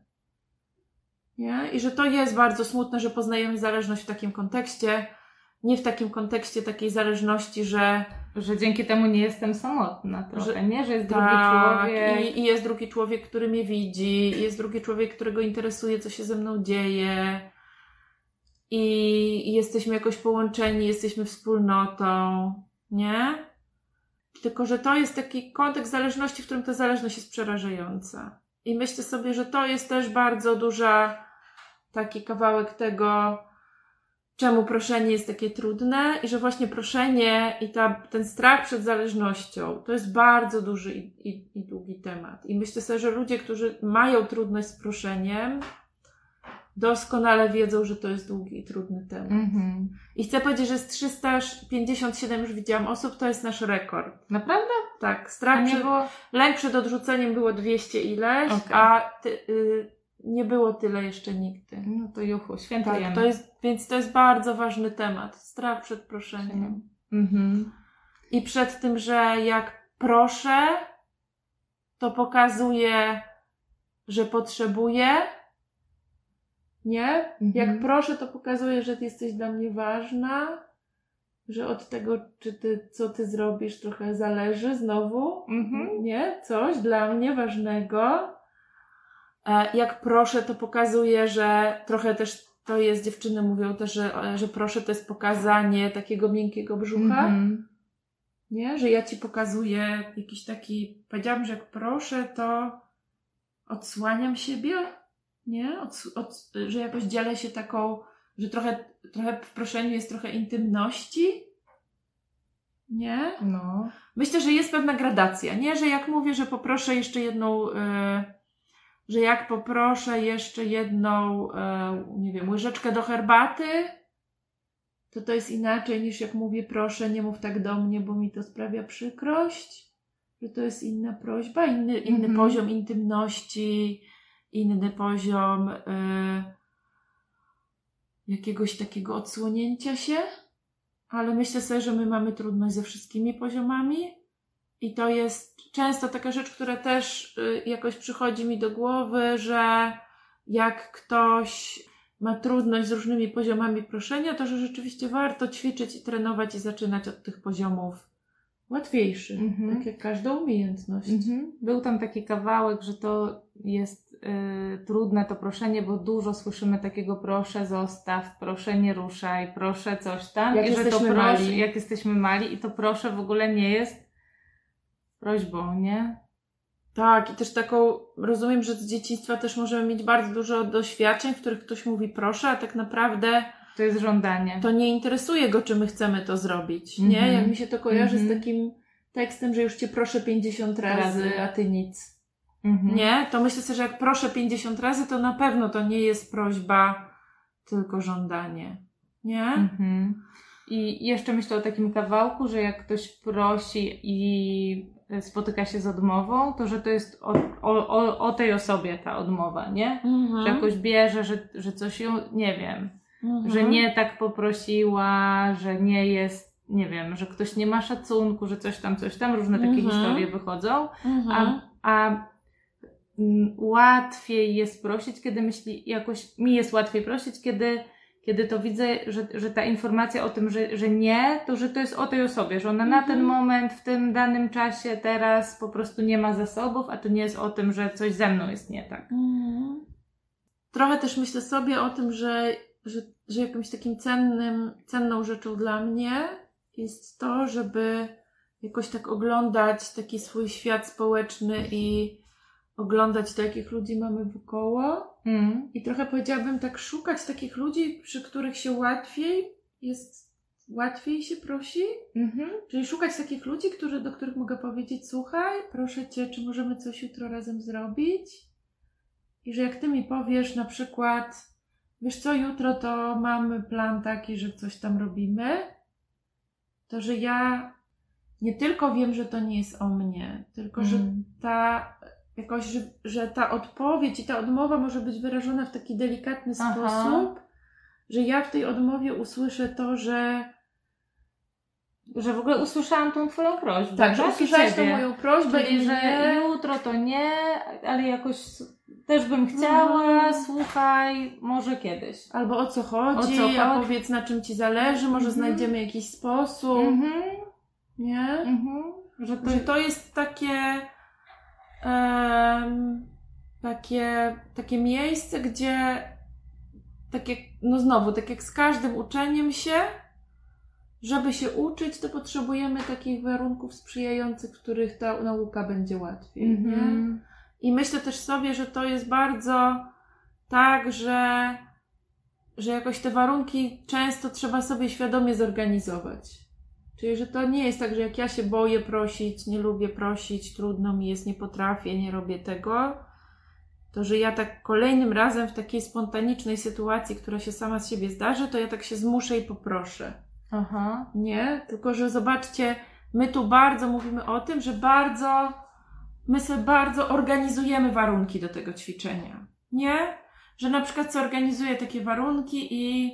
Nie? I że to jest bardzo smutne, że poznajemy zależność w takim kontekście, nie w takim kontekście takiej zależności, że... Że dzięki temu nie jestem samotna trochę, że, nie? Że jest drugi tak, człowiek. I, I jest drugi człowiek, który mnie widzi, i jest drugi człowiek, którego interesuje, co się ze mną dzieje. I, i jesteśmy jakoś połączeni, jesteśmy wspólnotą, nie? Tylko, że to jest taki kontekst zależności, w którym ta zależność jest przerażająca. I myślę sobie, że to jest też bardzo duża, taki kawałek tego, czemu proszenie jest takie trudne i że właśnie proszenie i ta, ten strach przed zależnością to jest bardzo duży i, i, i długi temat. I myślę sobie, że ludzie, którzy mają trudność z proszeniem, doskonale wiedzą, że to jest długi i trudny temat. Mm-hmm. I chcę powiedzieć, że z trzysta pięćdziesiąt siedem już widziałam osób, to jest nasz rekord. Naprawdę? Tak. Strach przed, było... Lęk przed odrzuceniem było dwieście ileś, okay. a ty, y, nie było tyle jeszcze nigdy. No to juchu, świętujemy. Tak, to jest, więc to jest bardzo ważny temat. Strach przed proszeniem. Mm-hmm. I przed tym, że jak proszę, to pokazuje, że potrzebuję. Nie? Mhm. Jak proszę, to pokazuje, że ty jesteś dla mnie ważna, że od tego, czy ty, co ty zrobisz, trochę zależy znowu. Mhm. Nie? Coś dla mnie ważnego. E, jak proszę, to pokazuje, że trochę też to jest, dziewczyny mówią też, że, że proszę to jest pokazanie takiego miękkiego brzucha. Mhm. Nie? Że ja ci pokazuję jakiś taki, powiedziałam, że jak proszę, to odsłaniam siebie. Nie? Od, od, że jakoś dzielę się taką, że trochę, trochę w proszeniu jest trochę intymności. Nie? No. Myślę, że jest pewna gradacja. Nie, że jak mówię, że poproszę jeszcze jedną, yy, że jak poproszę jeszcze jedną, yy, nie wiem, łyżeczkę do herbaty, to to jest inaczej niż jak mówię, proszę, nie mów tak do mnie, bo mi to sprawia przykrość. Że to jest inna prośba, inny, inny mm-hmm. poziom intymności, inny poziom y, jakiegoś takiego odsłonięcia się, ale myślę sobie, że my mamy trudność ze wszystkimi poziomami i to jest często taka rzecz, która też y, jakoś przychodzi mi do głowy, że jak ktoś ma trudność z różnymi poziomami proszenia, to że rzeczywiście warto ćwiczyć i trenować i zaczynać od tych poziomów łatwiejszych, mm-hmm. tak jak każda umiejętność. Mm-hmm. Był tam taki kawałek, że to jest y, trudne to proszenie, bo dużo słyszymy takiego proszę zostaw, proszę nie ruszaj, proszę coś tam. Jak I że jesteśmy to proszę, mali. Jak jesteśmy mali i to proszę w ogóle nie jest prośbą, nie? Tak, i też taką, rozumiem, że z dzieciństwa też możemy mieć bardzo dużo doświadczeń, w których ktoś mówi proszę, a tak naprawdę to jest żądanie. To nie interesuje go, czy my chcemy to zrobić, mm-hmm. nie? Jak mi się to kojarzy mm-hmm. z takim tekstem, że już cię proszę pięćdziesiąt razy, razy. a ty nic. Mm-hmm. Nie? To myślę sobie, że jak proszę pięćdziesiąt razy, to na pewno to nie jest prośba, tylko żądanie. Nie? Mm-hmm. I jeszcze myślę o takim kawałku, że jak ktoś prosi i spotyka się z odmową, to że to jest o, o, o tej osobie ta odmowa, nie? Mm-hmm. Że jakoś bierze, że, że coś ją, nie wiem, mm-hmm. że nie tak poprosiła, że nie jest, nie wiem, że ktoś nie ma szacunku, że coś tam, coś tam, różne takie mm-hmm. historie wychodzą, mm-hmm. a, a m, łatwiej jest prosić, kiedy myśli, jakoś mi jest łatwiej prosić, kiedy Kiedy to widzę, że, że ta informacja o tym, że, że nie, to że to jest o tej osobie, że ona mm-hmm. na ten moment, w tym danym czasie, teraz po prostu nie ma zasobów, a to nie jest o tym, że coś ze mną jest nie tak. Mm-hmm. Trochę też myślę sobie o tym, że, że, że jakimś takim cennym, cenną rzeczą dla mnie jest to, żeby jakoś tak oglądać taki swój świat społeczny i oglądać to, jakich ludzi mamy wokoło. Mm. I trochę powiedziałabym tak szukać takich ludzi, przy których się łatwiej jest, łatwiej się prosi. Mm-hmm. Czyli szukać takich ludzi, którzy, do których mogę powiedzieć, słuchaj, proszę cię, czy możemy coś jutro razem zrobić? I że jak ty mi powiesz na przykład, wiesz co, jutro to mamy plan taki, że coś tam robimy, to że ja nie tylko wiem, że to nie jest o mnie, tylko mm. że ta jakoś, że, że ta odpowiedź i ta odmowa może być wyrażona w taki delikatny Aha. sposób, że ja w tej odmowie usłyszę to, że Że w ogóle usłyszałam tą twoją prośbę. Tak, że usłyszałaś tą moją prośbę czyli i że nie... jutro to nie, ale jakoś też bym chciała, Mhm. słuchaj, może kiedyś. Albo o co chodzi, O co a chodzi? powiedz na czym ci zależy, może Mhm. znajdziemy jakiś sposób, Mhm. nie? Mhm. Że to, Że to jest takie, em, takie, takie miejsce, gdzie tak jak, no znowu, tak jak z każdym uczeniem się, żeby się uczyć, to potrzebujemy takich warunków sprzyjających, w których ta nauka będzie łatwiej, nie? Mhm. I myślę też sobie, że to jest bardzo tak, że, że jakoś te warunki często trzeba sobie świadomie zorganizować. Czyli, że to nie jest tak, że jak ja się boję prosić, nie lubię prosić, trudno mi jest, nie potrafię, nie robię tego, to że ja tak kolejnym razem w takiej spontanicznej sytuacji, która się sama z siebie zdarzy, to ja tak się zmuszę i poproszę. Aha. Nie? Tylko, że zobaczcie, my tu bardzo mówimy o tym, że bardzo, my sobie bardzo organizujemy warunki do tego ćwiczenia. Nie? Że na przykład co organizuję takie warunki i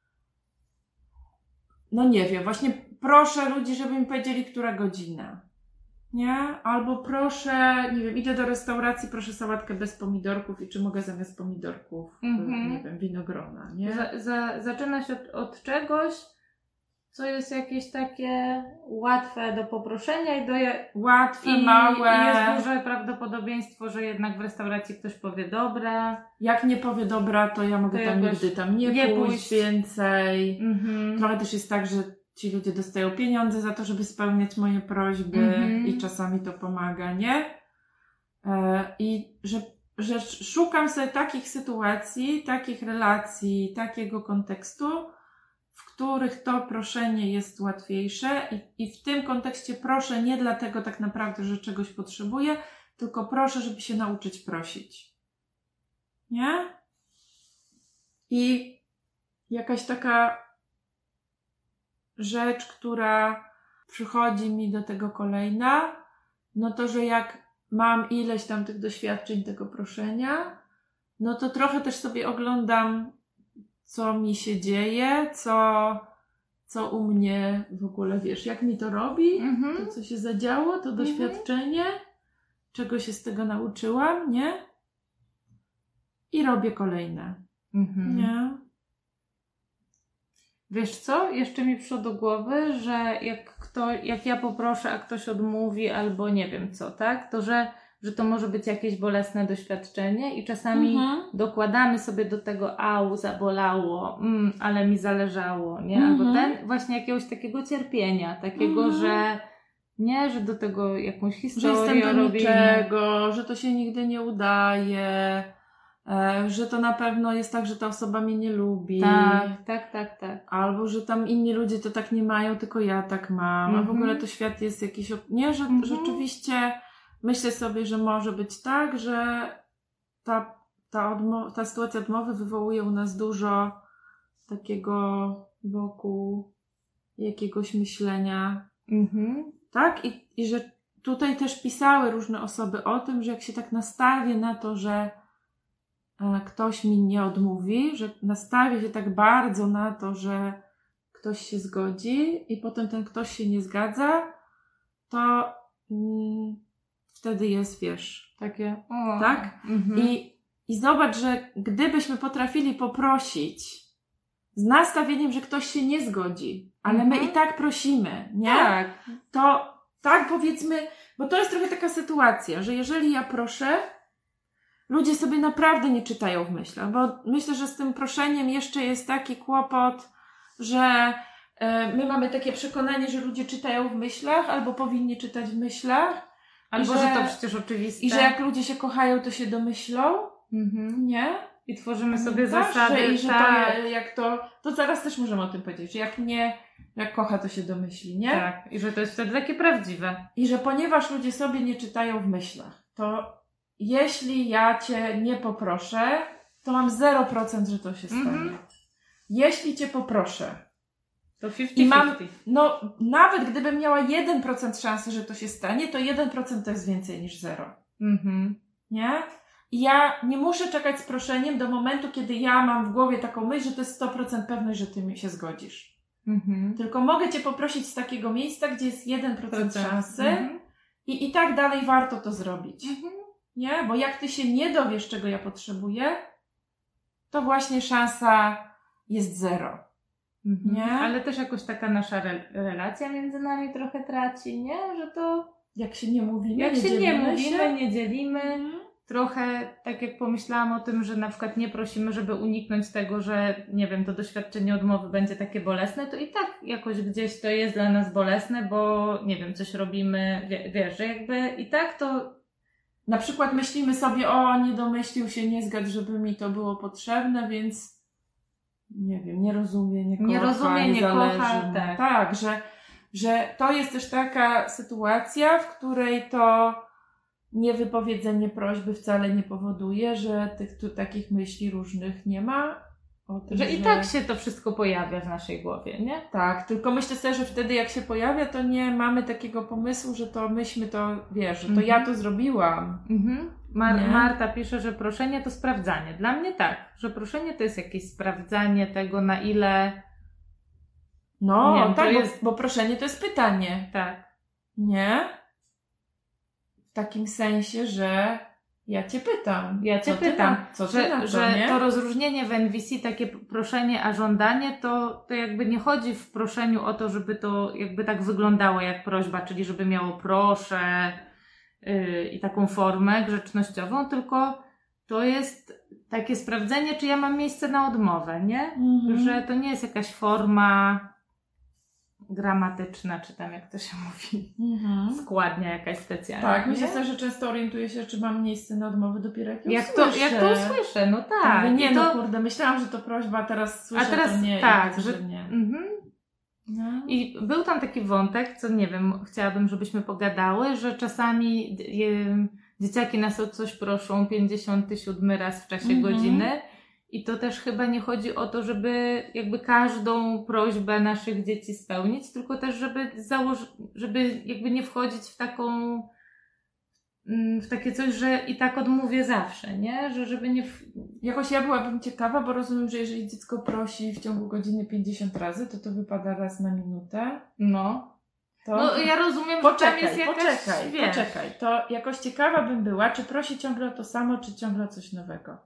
no nie wiem, właśnie proszę ludzi, żeby mi powiedzieli, która godzina. Nie? Albo proszę, nie wiem, idę do restauracji, proszę sałatkę bez pomidorków i czy mogę zamiast pomidorków, Mhm. nie wiem, winogrona, nie? Za, za, zaczyna się od, od czegoś, co jest jakieś takie łatwe do poproszenia i do Łatwe, i małe. jest duże prawdopodobieństwo, że jednak w restauracji ktoś powie dobra. Jak nie powie dobra, to ja mogę To tam jakoś nigdy tam nie, nie pójść, pójść. więcej. Mhm. Trochę też jest tak, że ci ludzie dostają pieniądze za to, żeby spełniać moje prośby Mhm. i czasami to pomaga, nie? E, I że, że szukam sobie takich sytuacji, takich relacji, takiego kontekstu, w których to proszenie jest łatwiejsze i, i w tym kontekście proszę nie dlatego tak naprawdę, że czegoś potrzebuję, tylko proszę, żeby się nauczyć prosić. Nie? I jakaś taka rzecz, która przychodzi mi do tego kolejna, no to, że jak mam ileś tam tych doświadczeń tego proszenia, no to trochę też sobie oglądam, co mi się dzieje, co, co u mnie w ogóle, wiesz, jak mi to robi, Mhm. to co się zadziało, to doświadczenie, czego się z tego nauczyłam, nie? I robię kolejne, Mhm. nie? Wiesz co? Jeszcze mi przyszło do głowy, że jak, kto, jak ja poproszę, a ktoś odmówi albo nie wiem co, tak? To, że, że to może być jakieś bolesne doświadczenie i czasami Mhm. dokładamy sobie do tego au, zabolało, mm, ale mi zależało, nie? Mhm. Albo ten właśnie jakiegoś takiego cierpienia, takiego, Mhm. że nie, że do tego jakąś Że historię jestem do robimy. niczego, że to się nigdy nie udaje, e, że to na pewno jest tak, że ta osoba mnie nie lubi. Tak, tak, tak, tak. Albo, że tam inni ludzie to tak nie mają, tylko ja tak mam. A w Mhm. ogóle to świat jest jakiś... op- Nie, że Mhm. rzeczywiście myślę sobie, że może być tak, że ta, ta, odmo- ta sytuacja odmowy wywołuje u nas dużo takiego wokół jakiegoś myślenia. Mhm. Tak? I, I że tutaj też pisały różne osoby o tym, że jak się tak nastawię na to, że e, ktoś mi nie odmówi, że nastawię się tak bardzo na to, że ktoś się zgodzi i potem ten ktoś się nie zgadza, to mm, wtedy jest, wiesz, Takie, o. tak? Mhm. I, I zobacz, że gdybyśmy potrafili poprosić z nastawieniem, że ktoś się nie zgodzi, ale my Mhm. i tak prosimy, nie? Tak. To tak powiedzmy, bo to jest trochę taka sytuacja, że jeżeli ja proszę, ludzie sobie naprawdę nie czytają w myślach, bo myślę, że z tym proszeniem jeszcze jest taki kłopot, że e, my mamy takie przekonanie, że ludzie czytają w myślach albo powinni czytać w myślach. Albo, I że, to przecież oczywiste. I że jak ludzie się kochają, to się domyślą, Mhm. nie? I tworzymy sobie Pamiętasz, zasady, że, i że tak. to jak to, to zaraz też możemy o tym powiedzieć, że jak nie, jak kocha, to się domyśli, nie? Tak. I że to jest wtedy takie prawdziwe. I że ponieważ ludzie sobie nie czytają w myślach, to jeśli ja Cię nie poproszę, to mam zero procent, że to się stanie. Mhm. Jeśli Cię poproszę, To I pięćdziesiąt mam, pięćdziesiąt. no nawet gdybym miała jeden procent szansy, że to się stanie, to jeden procent to jest więcej niż zero. Mhm. Nie? I ja nie muszę czekać z proszeniem do momentu, kiedy ja mam w głowie taką myśl, że to jest sto procent pewność, że Ty mi się zgodzisz. Mhm. Tylko mogę Cię poprosić z takiego miejsca, gdzie jest jeden procent Procent. szansy Mhm. i i tak dalej warto to zrobić. Mhm. Nie? Bo jak Ty się nie dowiesz, czego ja potrzebuję, to właśnie szansa jest zero. Mhm. Nie? Ale też jakoś taka nasza re- relacja między nami trochę traci, nie? Że to Jak się nie mówimy, jak nie się nie dzielimy mówimy, się. nie dzielimy, Mhm. trochę tak jak pomyślałam o tym, że na przykład nie prosimy, żeby uniknąć tego, że nie wiem, to doświadczenie odmowy będzie takie bolesne, to i tak jakoś gdzieś to jest dla nas bolesne, bo nie wiem, coś robimy, wie, wiesz, że jakby i tak to Na przykład myślimy sobie, o, nie domyślił się, nie zgadł, żeby mi to było potrzebne, więc nie wiem, nie rozumie, nie kocha, Nie rozumie, nie zależy kocha, mu. tak. Tak, że, że to jest też taka sytuacja, w której to niewypowiedzenie prośby wcale nie powoduje, że tych tu takich myśli różnych nie ma. O tym, że i tak się to wszystko pojawia w naszej głowie, nie? Tak, tylko myślę sobie, że wtedy jak się pojawia, to nie mamy takiego pomysłu, że to myśmy to, wiesz, że to Mhm. ja to zrobiłam. Mhm. Mar- Nie? Marta pisze, że proszenie to sprawdzanie. Dla mnie tak, że proszenie to jest jakieś sprawdzanie tego, na ile No, Nie wiem, tak, to bo, jest- bo proszenie to jest pytanie, tak. nie? W takim sensie, że ja Cię pytam. Ja Cię co ty pytam, na, co ty że, na to, że nie? to rozróżnienie w N V C, takie proszenie, a żądanie, to, to jakby nie chodzi w proszeniu o to, żeby to jakby tak wyglądało jak prośba, czyli żeby miało proszę yy, i taką formę grzecznościową, tylko to jest takie sprawdzenie, czy ja mam miejsce na odmowę, nie? Mhm. Że to nie jest jakaś forma gramatyczna, czy tam jak to się mówi, Mhm. składnia jakaś specjalna. Tak, nie? myślę sobie, że często orientuję się, czy mam miejsce na odmowę dopiero jak ją Jak to, słyszę. jak to usłyszę, no Tak, tak. mówię, nie I to, no kurde, myślałam, że to prośba, teraz słyszę, A teraz to nie. tak, i widzę, że- że nie. mhm. No. I był tam taki wątek, co nie wiem, chciałabym, żebyśmy pogadały, że czasami e, dzieciaki nas o coś proszą pięćdziesiąty siódmy raz w czasie Mhm. godziny i to też chyba nie chodzi o to, żeby jakby każdą prośbę naszych dzieci spełnić, tylko też, żeby założyć, żeby jakby nie wchodzić w taką mm, w takie coś, że i tak odmówię zawsze, nie? Że żeby nie... W... Jakoś ja byłabym ciekawa, bo rozumiem, że jeżeli dziecko prosi w ciągu godziny pięćdziesiąt razy, to to wypada raz na minutę. No. To... No ja rozumiem, że Poczekaj, tam jest jakaś... poczekaj, wiesz, poczekaj. To jakoś ciekawa bym była, czy prosi ciągle o to samo, czy ciągle o coś nowego.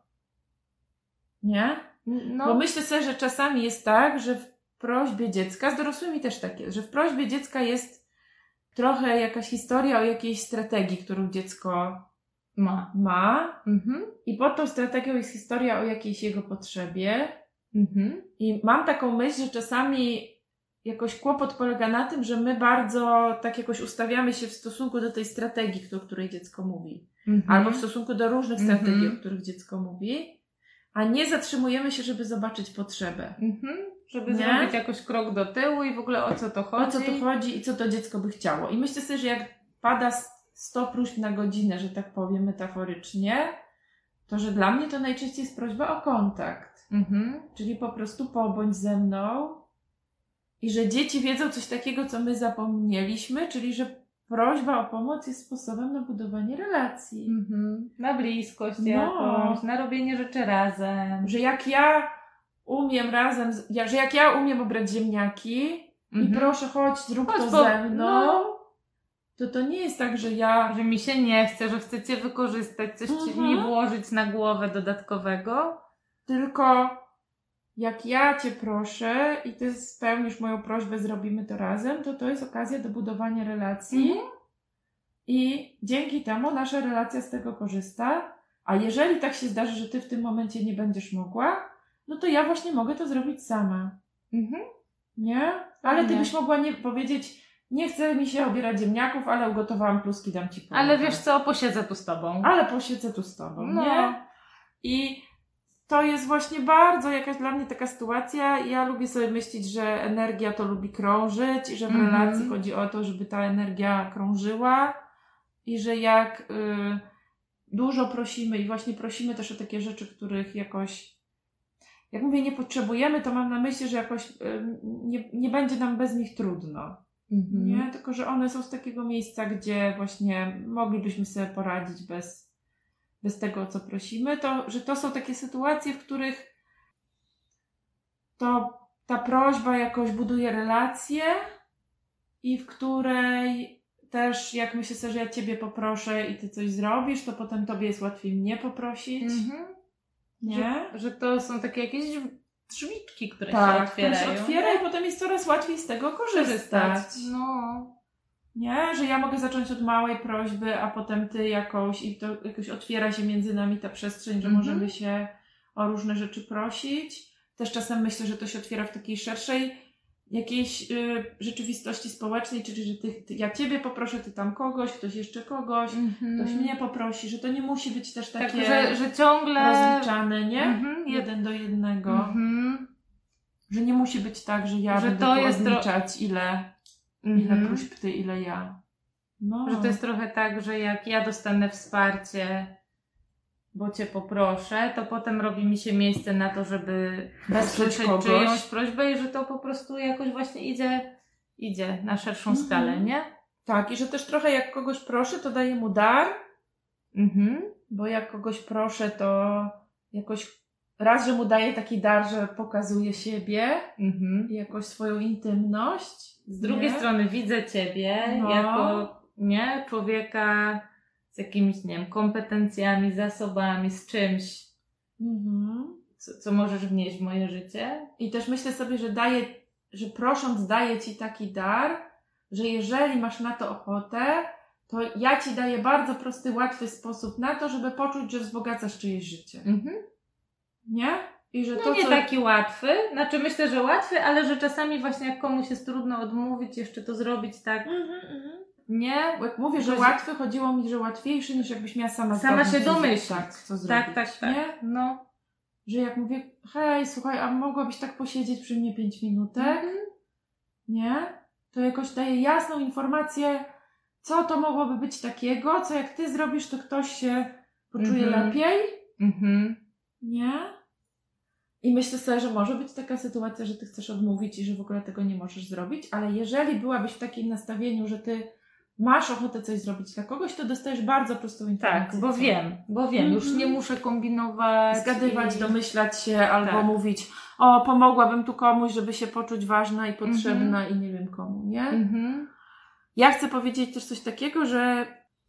Nie? No. Bo myślę sobie, że czasami jest tak, że w prośbie dziecka, z dorosłymi też tak jest, że w prośbie dziecka jest trochę jakaś historia o jakiejś strategii, którą dziecko Ma. ma Mhm. i pod tą strategią jest historia o jakiejś jego potrzebie. Mhm. I mam taką myśl, że czasami jakoś kłopot polega na tym, że my bardzo tak jakoś ustawiamy się w stosunku do tej strategii, o której dziecko mówi. Mhm. Albo w stosunku do różnych Mhm. strategii, o których dziecko mówi, a nie zatrzymujemy się, żeby zobaczyć potrzebę. Mhm. Żeby Nie? zrobić jakoś krok do tyłu i w ogóle o co to chodzi. O co tu chodzi i co to dziecko by chciało. I myślę sobie, że jak pada sto próśb na godzinę, że tak powiem metaforycznie, to że dla mnie to najczęściej jest prośba o kontakt. Mhm. Czyli po prostu pobądź ze mną i że dzieci wiedzą coś takiego, co my zapomnieliśmy, czyli że prośba o pomoc jest sposobem na budowanie relacji. Mhm. Na bliskość No. jakąś, na robienie rzeczy razem. Że jak ja umiem razem, z, ja, że jak ja umiem obrać ziemniaki i proszę chodź, zrób Chodź, to bo- ze mną, no. to to nie jest tak, że ja... Że mi się nie chce, że chcecie wykorzystać, coś ci Mhm. mi włożyć na głowę dodatkowego. Tylko jak ja Cię proszę i Ty spełnisz moją prośbę, zrobimy to razem, to to jest okazja do budowania relacji Mhm. i dzięki temu nasza relacja z tego korzysta. A jeżeli tak się zdarzy, że Ty w tym momencie nie będziesz mogła, no to ja właśnie mogę to zrobić sama. Mhm. Nie? Ale Ty Nie. byś mogła nie powiedzieć, nie chce mi się obierać ziemniaków, ale ugotowałam pluski, dam Ci połowę. Ale wiesz co, posiedzę tu z tobą. Ale posiedzę tu z Tobą, No. nie? I to jest właśnie bardzo jakaś dla mnie taka sytuacja. Ja lubię sobie myśleć, że energia to lubi krążyć i że w Mhm. relacji chodzi o to, żeby ta energia krążyła i że jak y, dużo prosimy i właśnie prosimy też o takie rzeczy, których jakoś, jak mówię, nie potrzebujemy, to mam na myśli, że jakoś y, nie, nie będzie nam bez nich trudno. Mhm. Nie? Tylko, że one są z takiego miejsca, gdzie właśnie moglibyśmy sobie poradzić bez, bez tego, o co prosimy, to, że to są takie sytuacje, w których to ta prośba jakoś buduje relację i w której też jak myślę sobie, że ja ciebie poproszę i ty coś zrobisz, to potem tobie jest łatwiej mnie poprosić. Mhm. Nie? Że, że to są takie jakieś drzwiczki, które Tak, się otwierają. które się otwiera nie? i potem jest coraz łatwiej z tego korzystać. No. Nie? Że ja mogę zacząć od małej prośby, a potem ty jakąś i to jakoś otwiera się między nami ta przestrzeń, że Mhm. możemy się o różne rzeczy prosić. Też czasem myślę, że to się otwiera w takiej szerszej jakiejś y, rzeczywistości społecznej, czyli że ty, ty, ja ciebie poproszę, ty tam kogoś, ktoś jeszcze kogoś, Mhm. ktoś mnie poprosi, że to nie musi być też takie Tak, że, że ciągle... rozliczane, nie? Mhm. Jeden do jednego. Mhm. Że nie musi być tak, że ja Że będę to tu jest tro- odliczać ile, ile Mhm. próśb ty, ile ja. No. Że to jest trochę tak, że jak ja dostanę wsparcie, bo cię poproszę, to potem robi mi się miejsce na to, żeby Wesprzeć usłyszeć kogoś. czyjąś prośbę i że to po prostu jakoś właśnie idzie, idzie na szerszą Mhm. skalę, nie? Tak, i że też trochę jak kogoś proszę, to daję mu dar, Mhm. bo jak kogoś proszę, to jakoś raz, że mu daję taki dar, że pokazuje siebie Mhm. i jakoś swoją intymność. Z drugiej nie? strony widzę ciebie No. jako nie, człowieka z jakimiś, nie wiem, kompetencjami, zasobami, z czymś, Mhm. co, co możesz wnieść w moje życie. I też myślę sobie, że daję, że prosząc daję ci taki dar, że jeżeli masz na to ochotę, to ja ci daję bardzo prosty, łatwy sposób na to, żeby poczuć, że wzbogacasz czyjeś życie. Mhm. Nie? I że No to, nie co... taki łatwy, znaczy myślę, że łatwy, ale że czasami właśnie jak komuś jest trudno odmówić, jeszcze to zrobić tak, Mhm, mhm. nie? Bo jak mówię, że Że- łatwy, chodziło mi, że łatwiejszy niż jakbyś miała sama Sama zgadnąć, się co- domyślić. Tak, co zrobić. Tak, tak, tak. Nie? No. Że jak mówię, hej, słuchaj, a mogłabyś tak posiedzieć przy mnie pięć minutek? Mhm. Nie? To jakoś daje jasną informację, co to mogłoby być takiego, co jak ty zrobisz, to ktoś się poczuje Mhm. lepiej. Mhm. Nie? I myślę sobie, że może być taka sytuacja, że ty chcesz odmówić i że w ogóle tego nie możesz zrobić, ale jeżeli byłabyś w takim nastawieniu, że ty masz ochotę coś zrobić dla kogoś, to dostajesz bardzo prostą informację. Tak, bo co. wiem, bo wiem, Mhm. już nie muszę kombinować. Zgadywać, i... domyślać się albo Tak. mówić, o, pomogłabym tu komuś, żeby się poczuć ważna i potrzebna i nie wiem komu, nie? Mhm. Ja chcę powiedzieć też coś takiego, że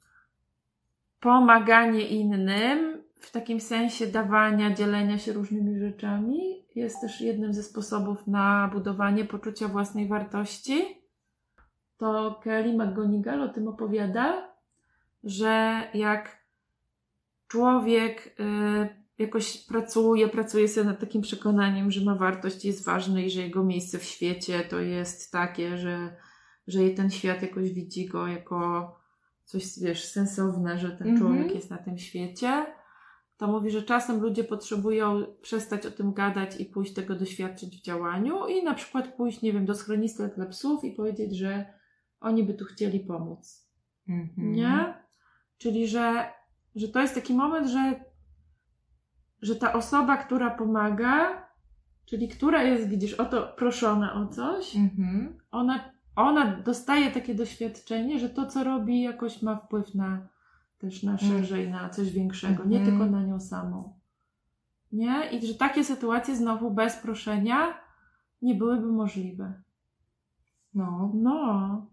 pomaganie innym w takim sensie dawania, dzielenia się różnymi rzeczami jest też jednym ze sposobów na budowanie poczucia własnej wartości. To Kelly McGonigal o tym opowiada, że jak człowiek y, jakoś pracuje, pracuje sobie nad takim przekonaniem, że ma wartość, jest ważny i że jego miejsce w świecie to jest takie, że, że ten świat jakoś widzi go jako coś, wiesz, sensowne, że ten Mhm. człowiek jest na tym świecie, to mówi, że czasem ludzie potrzebują przestać o tym gadać i pójść tego doświadczyć w działaniu i na przykład pójść, nie wiem, do schroniska dla psów i powiedzieć, że oni by tu chcieli pomóc. Mhm. Nie? Czyli, że, że to jest taki moment, że, że ta osoba, która pomaga, czyli która jest, widzisz, o to proszona o coś, Mhm. ona, ona dostaje takie doświadczenie, że to, co robi, jakoś ma wpływ na też na szerzej, na coś większego, nie Mhm. tylko na nią samą. Nie? I że takie sytuacje znowu bez proszenia nie byłyby możliwe. No. No.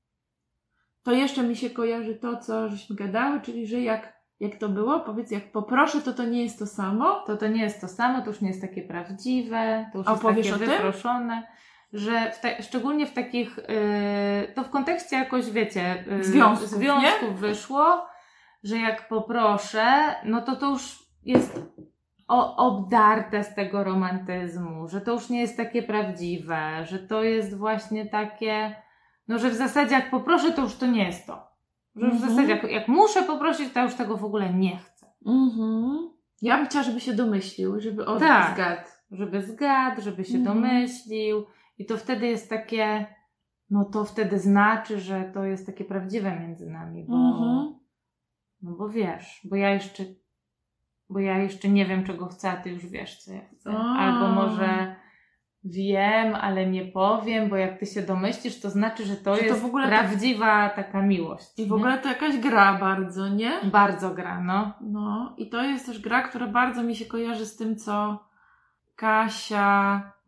To jeszcze mi się kojarzy to, co żeśmy gadały, czyli że jak, jak to było, powiedz, jak poproszę, to to nie jest to samo. To to nie jest to samo, to już nie jest takie prawdziwe, to już A jest opowiesz takie o tym? wyproszone. Że w ta, szczególnie w takich, yy, to w kontekście jakoś, wiecie, yy, Związków, związków wyszło, że jak poproszę, no to to już jest o, obdarte z tego romantyzmu, że to już nie jest takie prawdziwe, że to jest właśnie takie, no że w zasadzie jak poproszę, to już to nie jest to. Że już w Mhm. zasadzie jak, jak muszę poprosić, to ja już tego w ogóle nie chcę. Mhm. Ja bym chciała, żeby się domyślił, żeby oddać Tak. zgad. Żeby zgadł, żeby się Mhm. domyślił i to wtedy jest takie, no to wtedy znaczy, że to jest takie prawdziwe między nami, bo, Mhm. no bo wiesz, bo ja jeszcze, bo ja jeszcze nie wiem, czego chcę, a ty już wiesz, co ja chcę. A. Albo może wiem, ale nie powiem, bo jak ty się domyślisz, to znaczy, że to Że to jest w ogóle tak- prawdziwa taka miłość. I w nie? ogóle to jakaś gra bardzo, nie? Bardzo gra, no. No. I to jest też gra, która bardzo mi się kojarzy z tym, co Kasia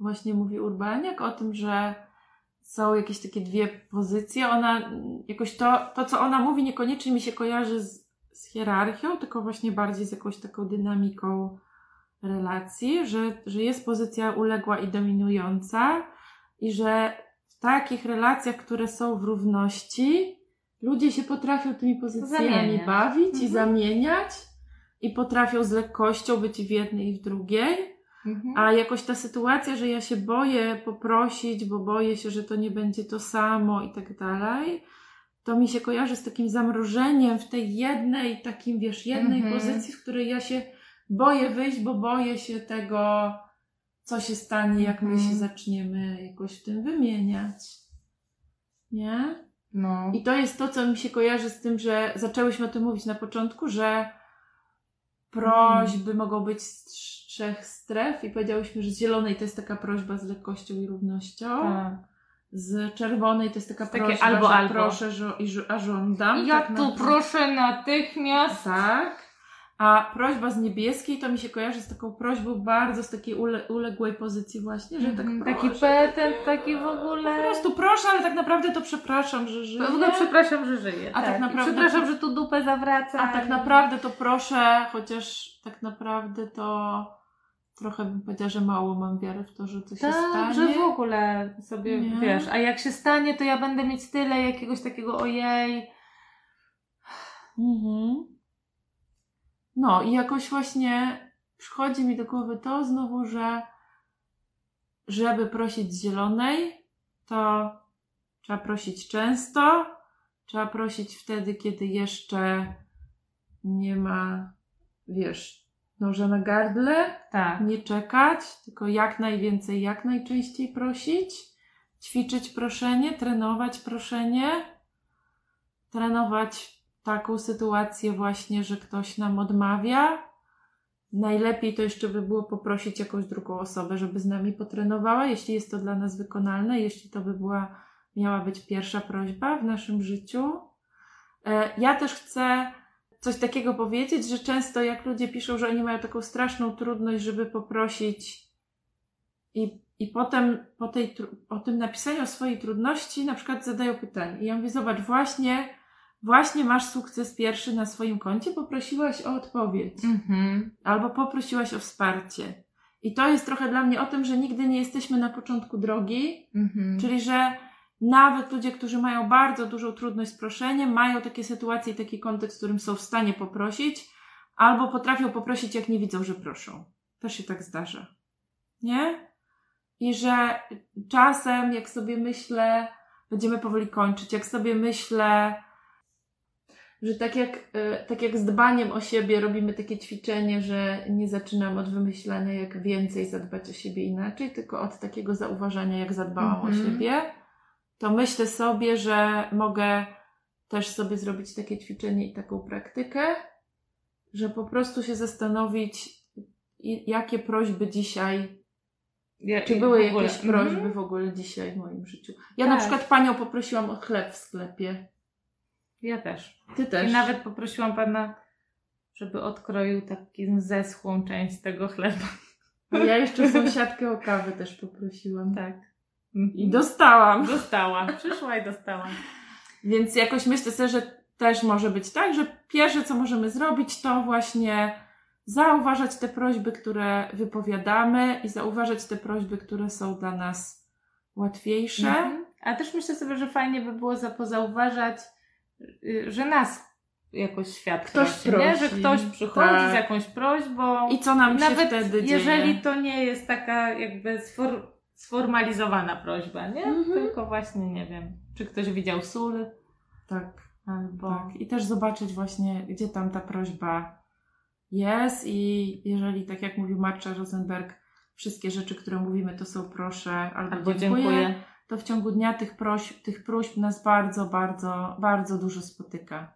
właśnie mówi Urbaniak o tym, że są jakieś takie dwie pozycje. Ona jakoś to, to co ona mówi, niekoniecznie mi się kojarzy z, z hierarchią, tylko właśnie bardziej z jakąś taką dynamiką relacji, że, że jest pozycja uległa i dominująca i że w takich relacjach, które są w równości, ludzie się potrafią tymi pozycjami Zamieniać. bawić Mhm. i zamieniać i potrafią z lekkością być w jednej i w drugiej. Mhm. A jakoś ta sytuacja, że ja się boję poprosić, bo boję się, że to nie będzie to samo i tak dalej, to mi się kojarzy z takim zamrożeniem w tej jednej, takim wiesz, jednej Mhm. pozycji, w której ja się boję wyjść, bo boję się tego, co się stanie, jak my Mhm. się zaczniemy jakoś w tym wymieniać. Nie? No. I to jest to, co mi się kojarzy z tym, że zaczęłyśmy o tym mówić na początku, że prośby mogą być z trzech stref i powiedziałyśmy, że z zielonej to jest taka prośba z lekkością i równością, Tak. z czerwonej to jest taka Takie prośba, albo, że albo. proszę żo- i żo- a żądam. Ja tak tu naprawdę. proszę natychmiast. Tak. A prośba z niebieskiej to mi się kojarzy z taką prośbą bardzo z takiej ule- uległej pozycji właśnie, że tak Mhm, proszę, taki petent, taki w ogóle. po prostu proszę, ale tak naprawdę to przepraszam, że żyję. W ogóle przepraszam, że żyję. A tak I naprawdę- Przepraszam, że tu dupę zawracam. A tak naprawdę to proszę, chociaż tak naprawdę to trochę bym powiedziała, że mało mam wiary w to, że coś się Tak, stanie. że w ogóle sobie, Nie. wiesz, a jak się stanie, to ja będę mieć tyle jakiegoś takiego ojej. Mhm. No i jakoś właśnie przychodzi mi do głowy to znowu, że żeby prosić z zielonej, to trzeba prosić często, trzeba prosić wtedy, kiedy jeszcze nie ma, wiesz, noża na gardle, Tak. nie czekać, tylko jak najwięcej, jak najczęściej prosić, ćwiczyć proszenie, trenować proszenie, trenować taką sytuację właśnie, że ktoś nam odmawia. Najlepiej to jeszcze by było poprosić jakąś drugą osobę, żeby z nami potrenowała, jeśli jest to dla nas wykonalne, jeśli to by była, miała być pierwsza prośba w naszym życiu. E, Ja też chcę coś takiego powiedzieć, że często jak ludzie piszą, że oni mają taką straszną trudność, żeby poprosić i, i potem po, tej, tru- po tym napisaniu swojej trudności na przykład zadają pytanie. I ja mówię, zobacz, właśnie, właśnie masz sukces pierwszy na swoim koncie, poprosiłaś o odpowiedź. Mhm. Albo poprosiłaś o wsparcie. I to jest trochę dla mnie o tym, że nigdy nie jesteśmy na początku drogi, Mhm. czyli że nawet ludzie, którzy mają bardzo dużą trudność z proszeniem, mają takie sytuacje i taki kontekst, w którym są w stanie poprosić, albo potrafią poprosić, jak nie widzą, że proszą. Też się tak zdarza. Nie? I że czasem, jak sobie myślę, będziemy powoli kończyć, jak sobie myślę, że tak jak, y, tak jak z dbaniem o siebie robimy takie ćwiczenie, że nie zaczynam od wymyślania, jak więcej zadbać o siebie inaczej, tylko od takiego zauważania, jak zadbałam Mhm. o siebie, to myślę sobie, że mogę też sobie zrobić takie ćwiczenie i taką praktykę, że po prostu się zastanowić, i- jakie prośby dzisiaj, Ja, czy i były w ogóle. jakieś prośby Mhm. w ogóle dzisiaj w moim życiu. Ja Tak. na przykład panią poprosiłam o chleb w sklepie. Ja też. Ty też. I nawet poprosiłam pana, żeby odkroił taką zeschłą część tego chleba. Ja jeszcze sąsiadkę o kawę też poprosiłam. Tak. I dostałam. Dostała. Przyszła i dostała. Więc jakoś myślę sobie, że też może być tak, że pierwsze, co możemy zrobić, to właśnie zauważać te prośby, które wypowiadamy i zauważać te prośby, które są dla nas łatwiejsze. Mhm. A też myślę sobie, że fajnie by było zapozauważać, y, że nas jakoś świat Ktoś prosi, nie? Że prosi. ktoś przychodzi Tak. z jakąś prośbą. I co nam Nawet się wtedy dzieje. jeżeli to nie jest taka jakby sfor- sformalizowana prośba, nie? Mhm. Tylko właśnie, nie wiem, czy ktoś widział sól, Tak, albo... tak. I też zobaczyć właśnie, gdzie tam ta prośba jest i jeżeli, tak jak mówił Marcza Rosenberg, wszystkie rzeczy, które mówimy, to są proszę albo, Albo dziękuję, dziękuję. to w ciągu dnia tych prośb, tych próśb nas bardzo, bardzo, bardzo dużo spotyka.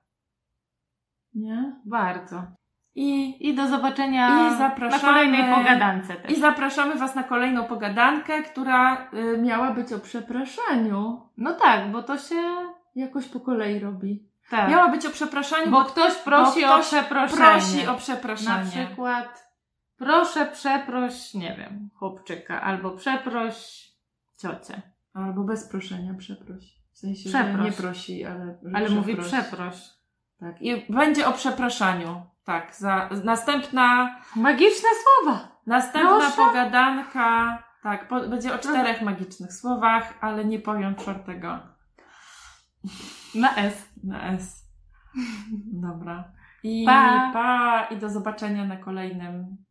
Nie? Bardzo. I, I do zobaczenia I zapraszamy- na kolejnej pogadance też. I zapraszamy Was na kolejną pogadankę, która y, miała być o przepraszaniu. No tak, bo to się... Jakoś po kolei robi. Tak. Miała być o przepraszaniu, Bo ktoś prosi bo o ktoś przeproszenie. prosi o Na przepraszanie. przykład proszę przeproś, nie wiem, chłopczyka, albo przeproś ciocię. Albo bez proszenia, przeproś. W sensie, Przeproś. że nie prosi, ale że Ale mówi przeproś. przeproś. Tak. I będzie o przepraszaniu. Tak. Za, następna, Magiczne słowa! następna Proszę? pogadanka. Tak, po, będzie o czterech magicznych słowach, ale nie powiem czwartego. Na S. Na S. Dobra. I Pa. pa i do zobaczenia na kolejnym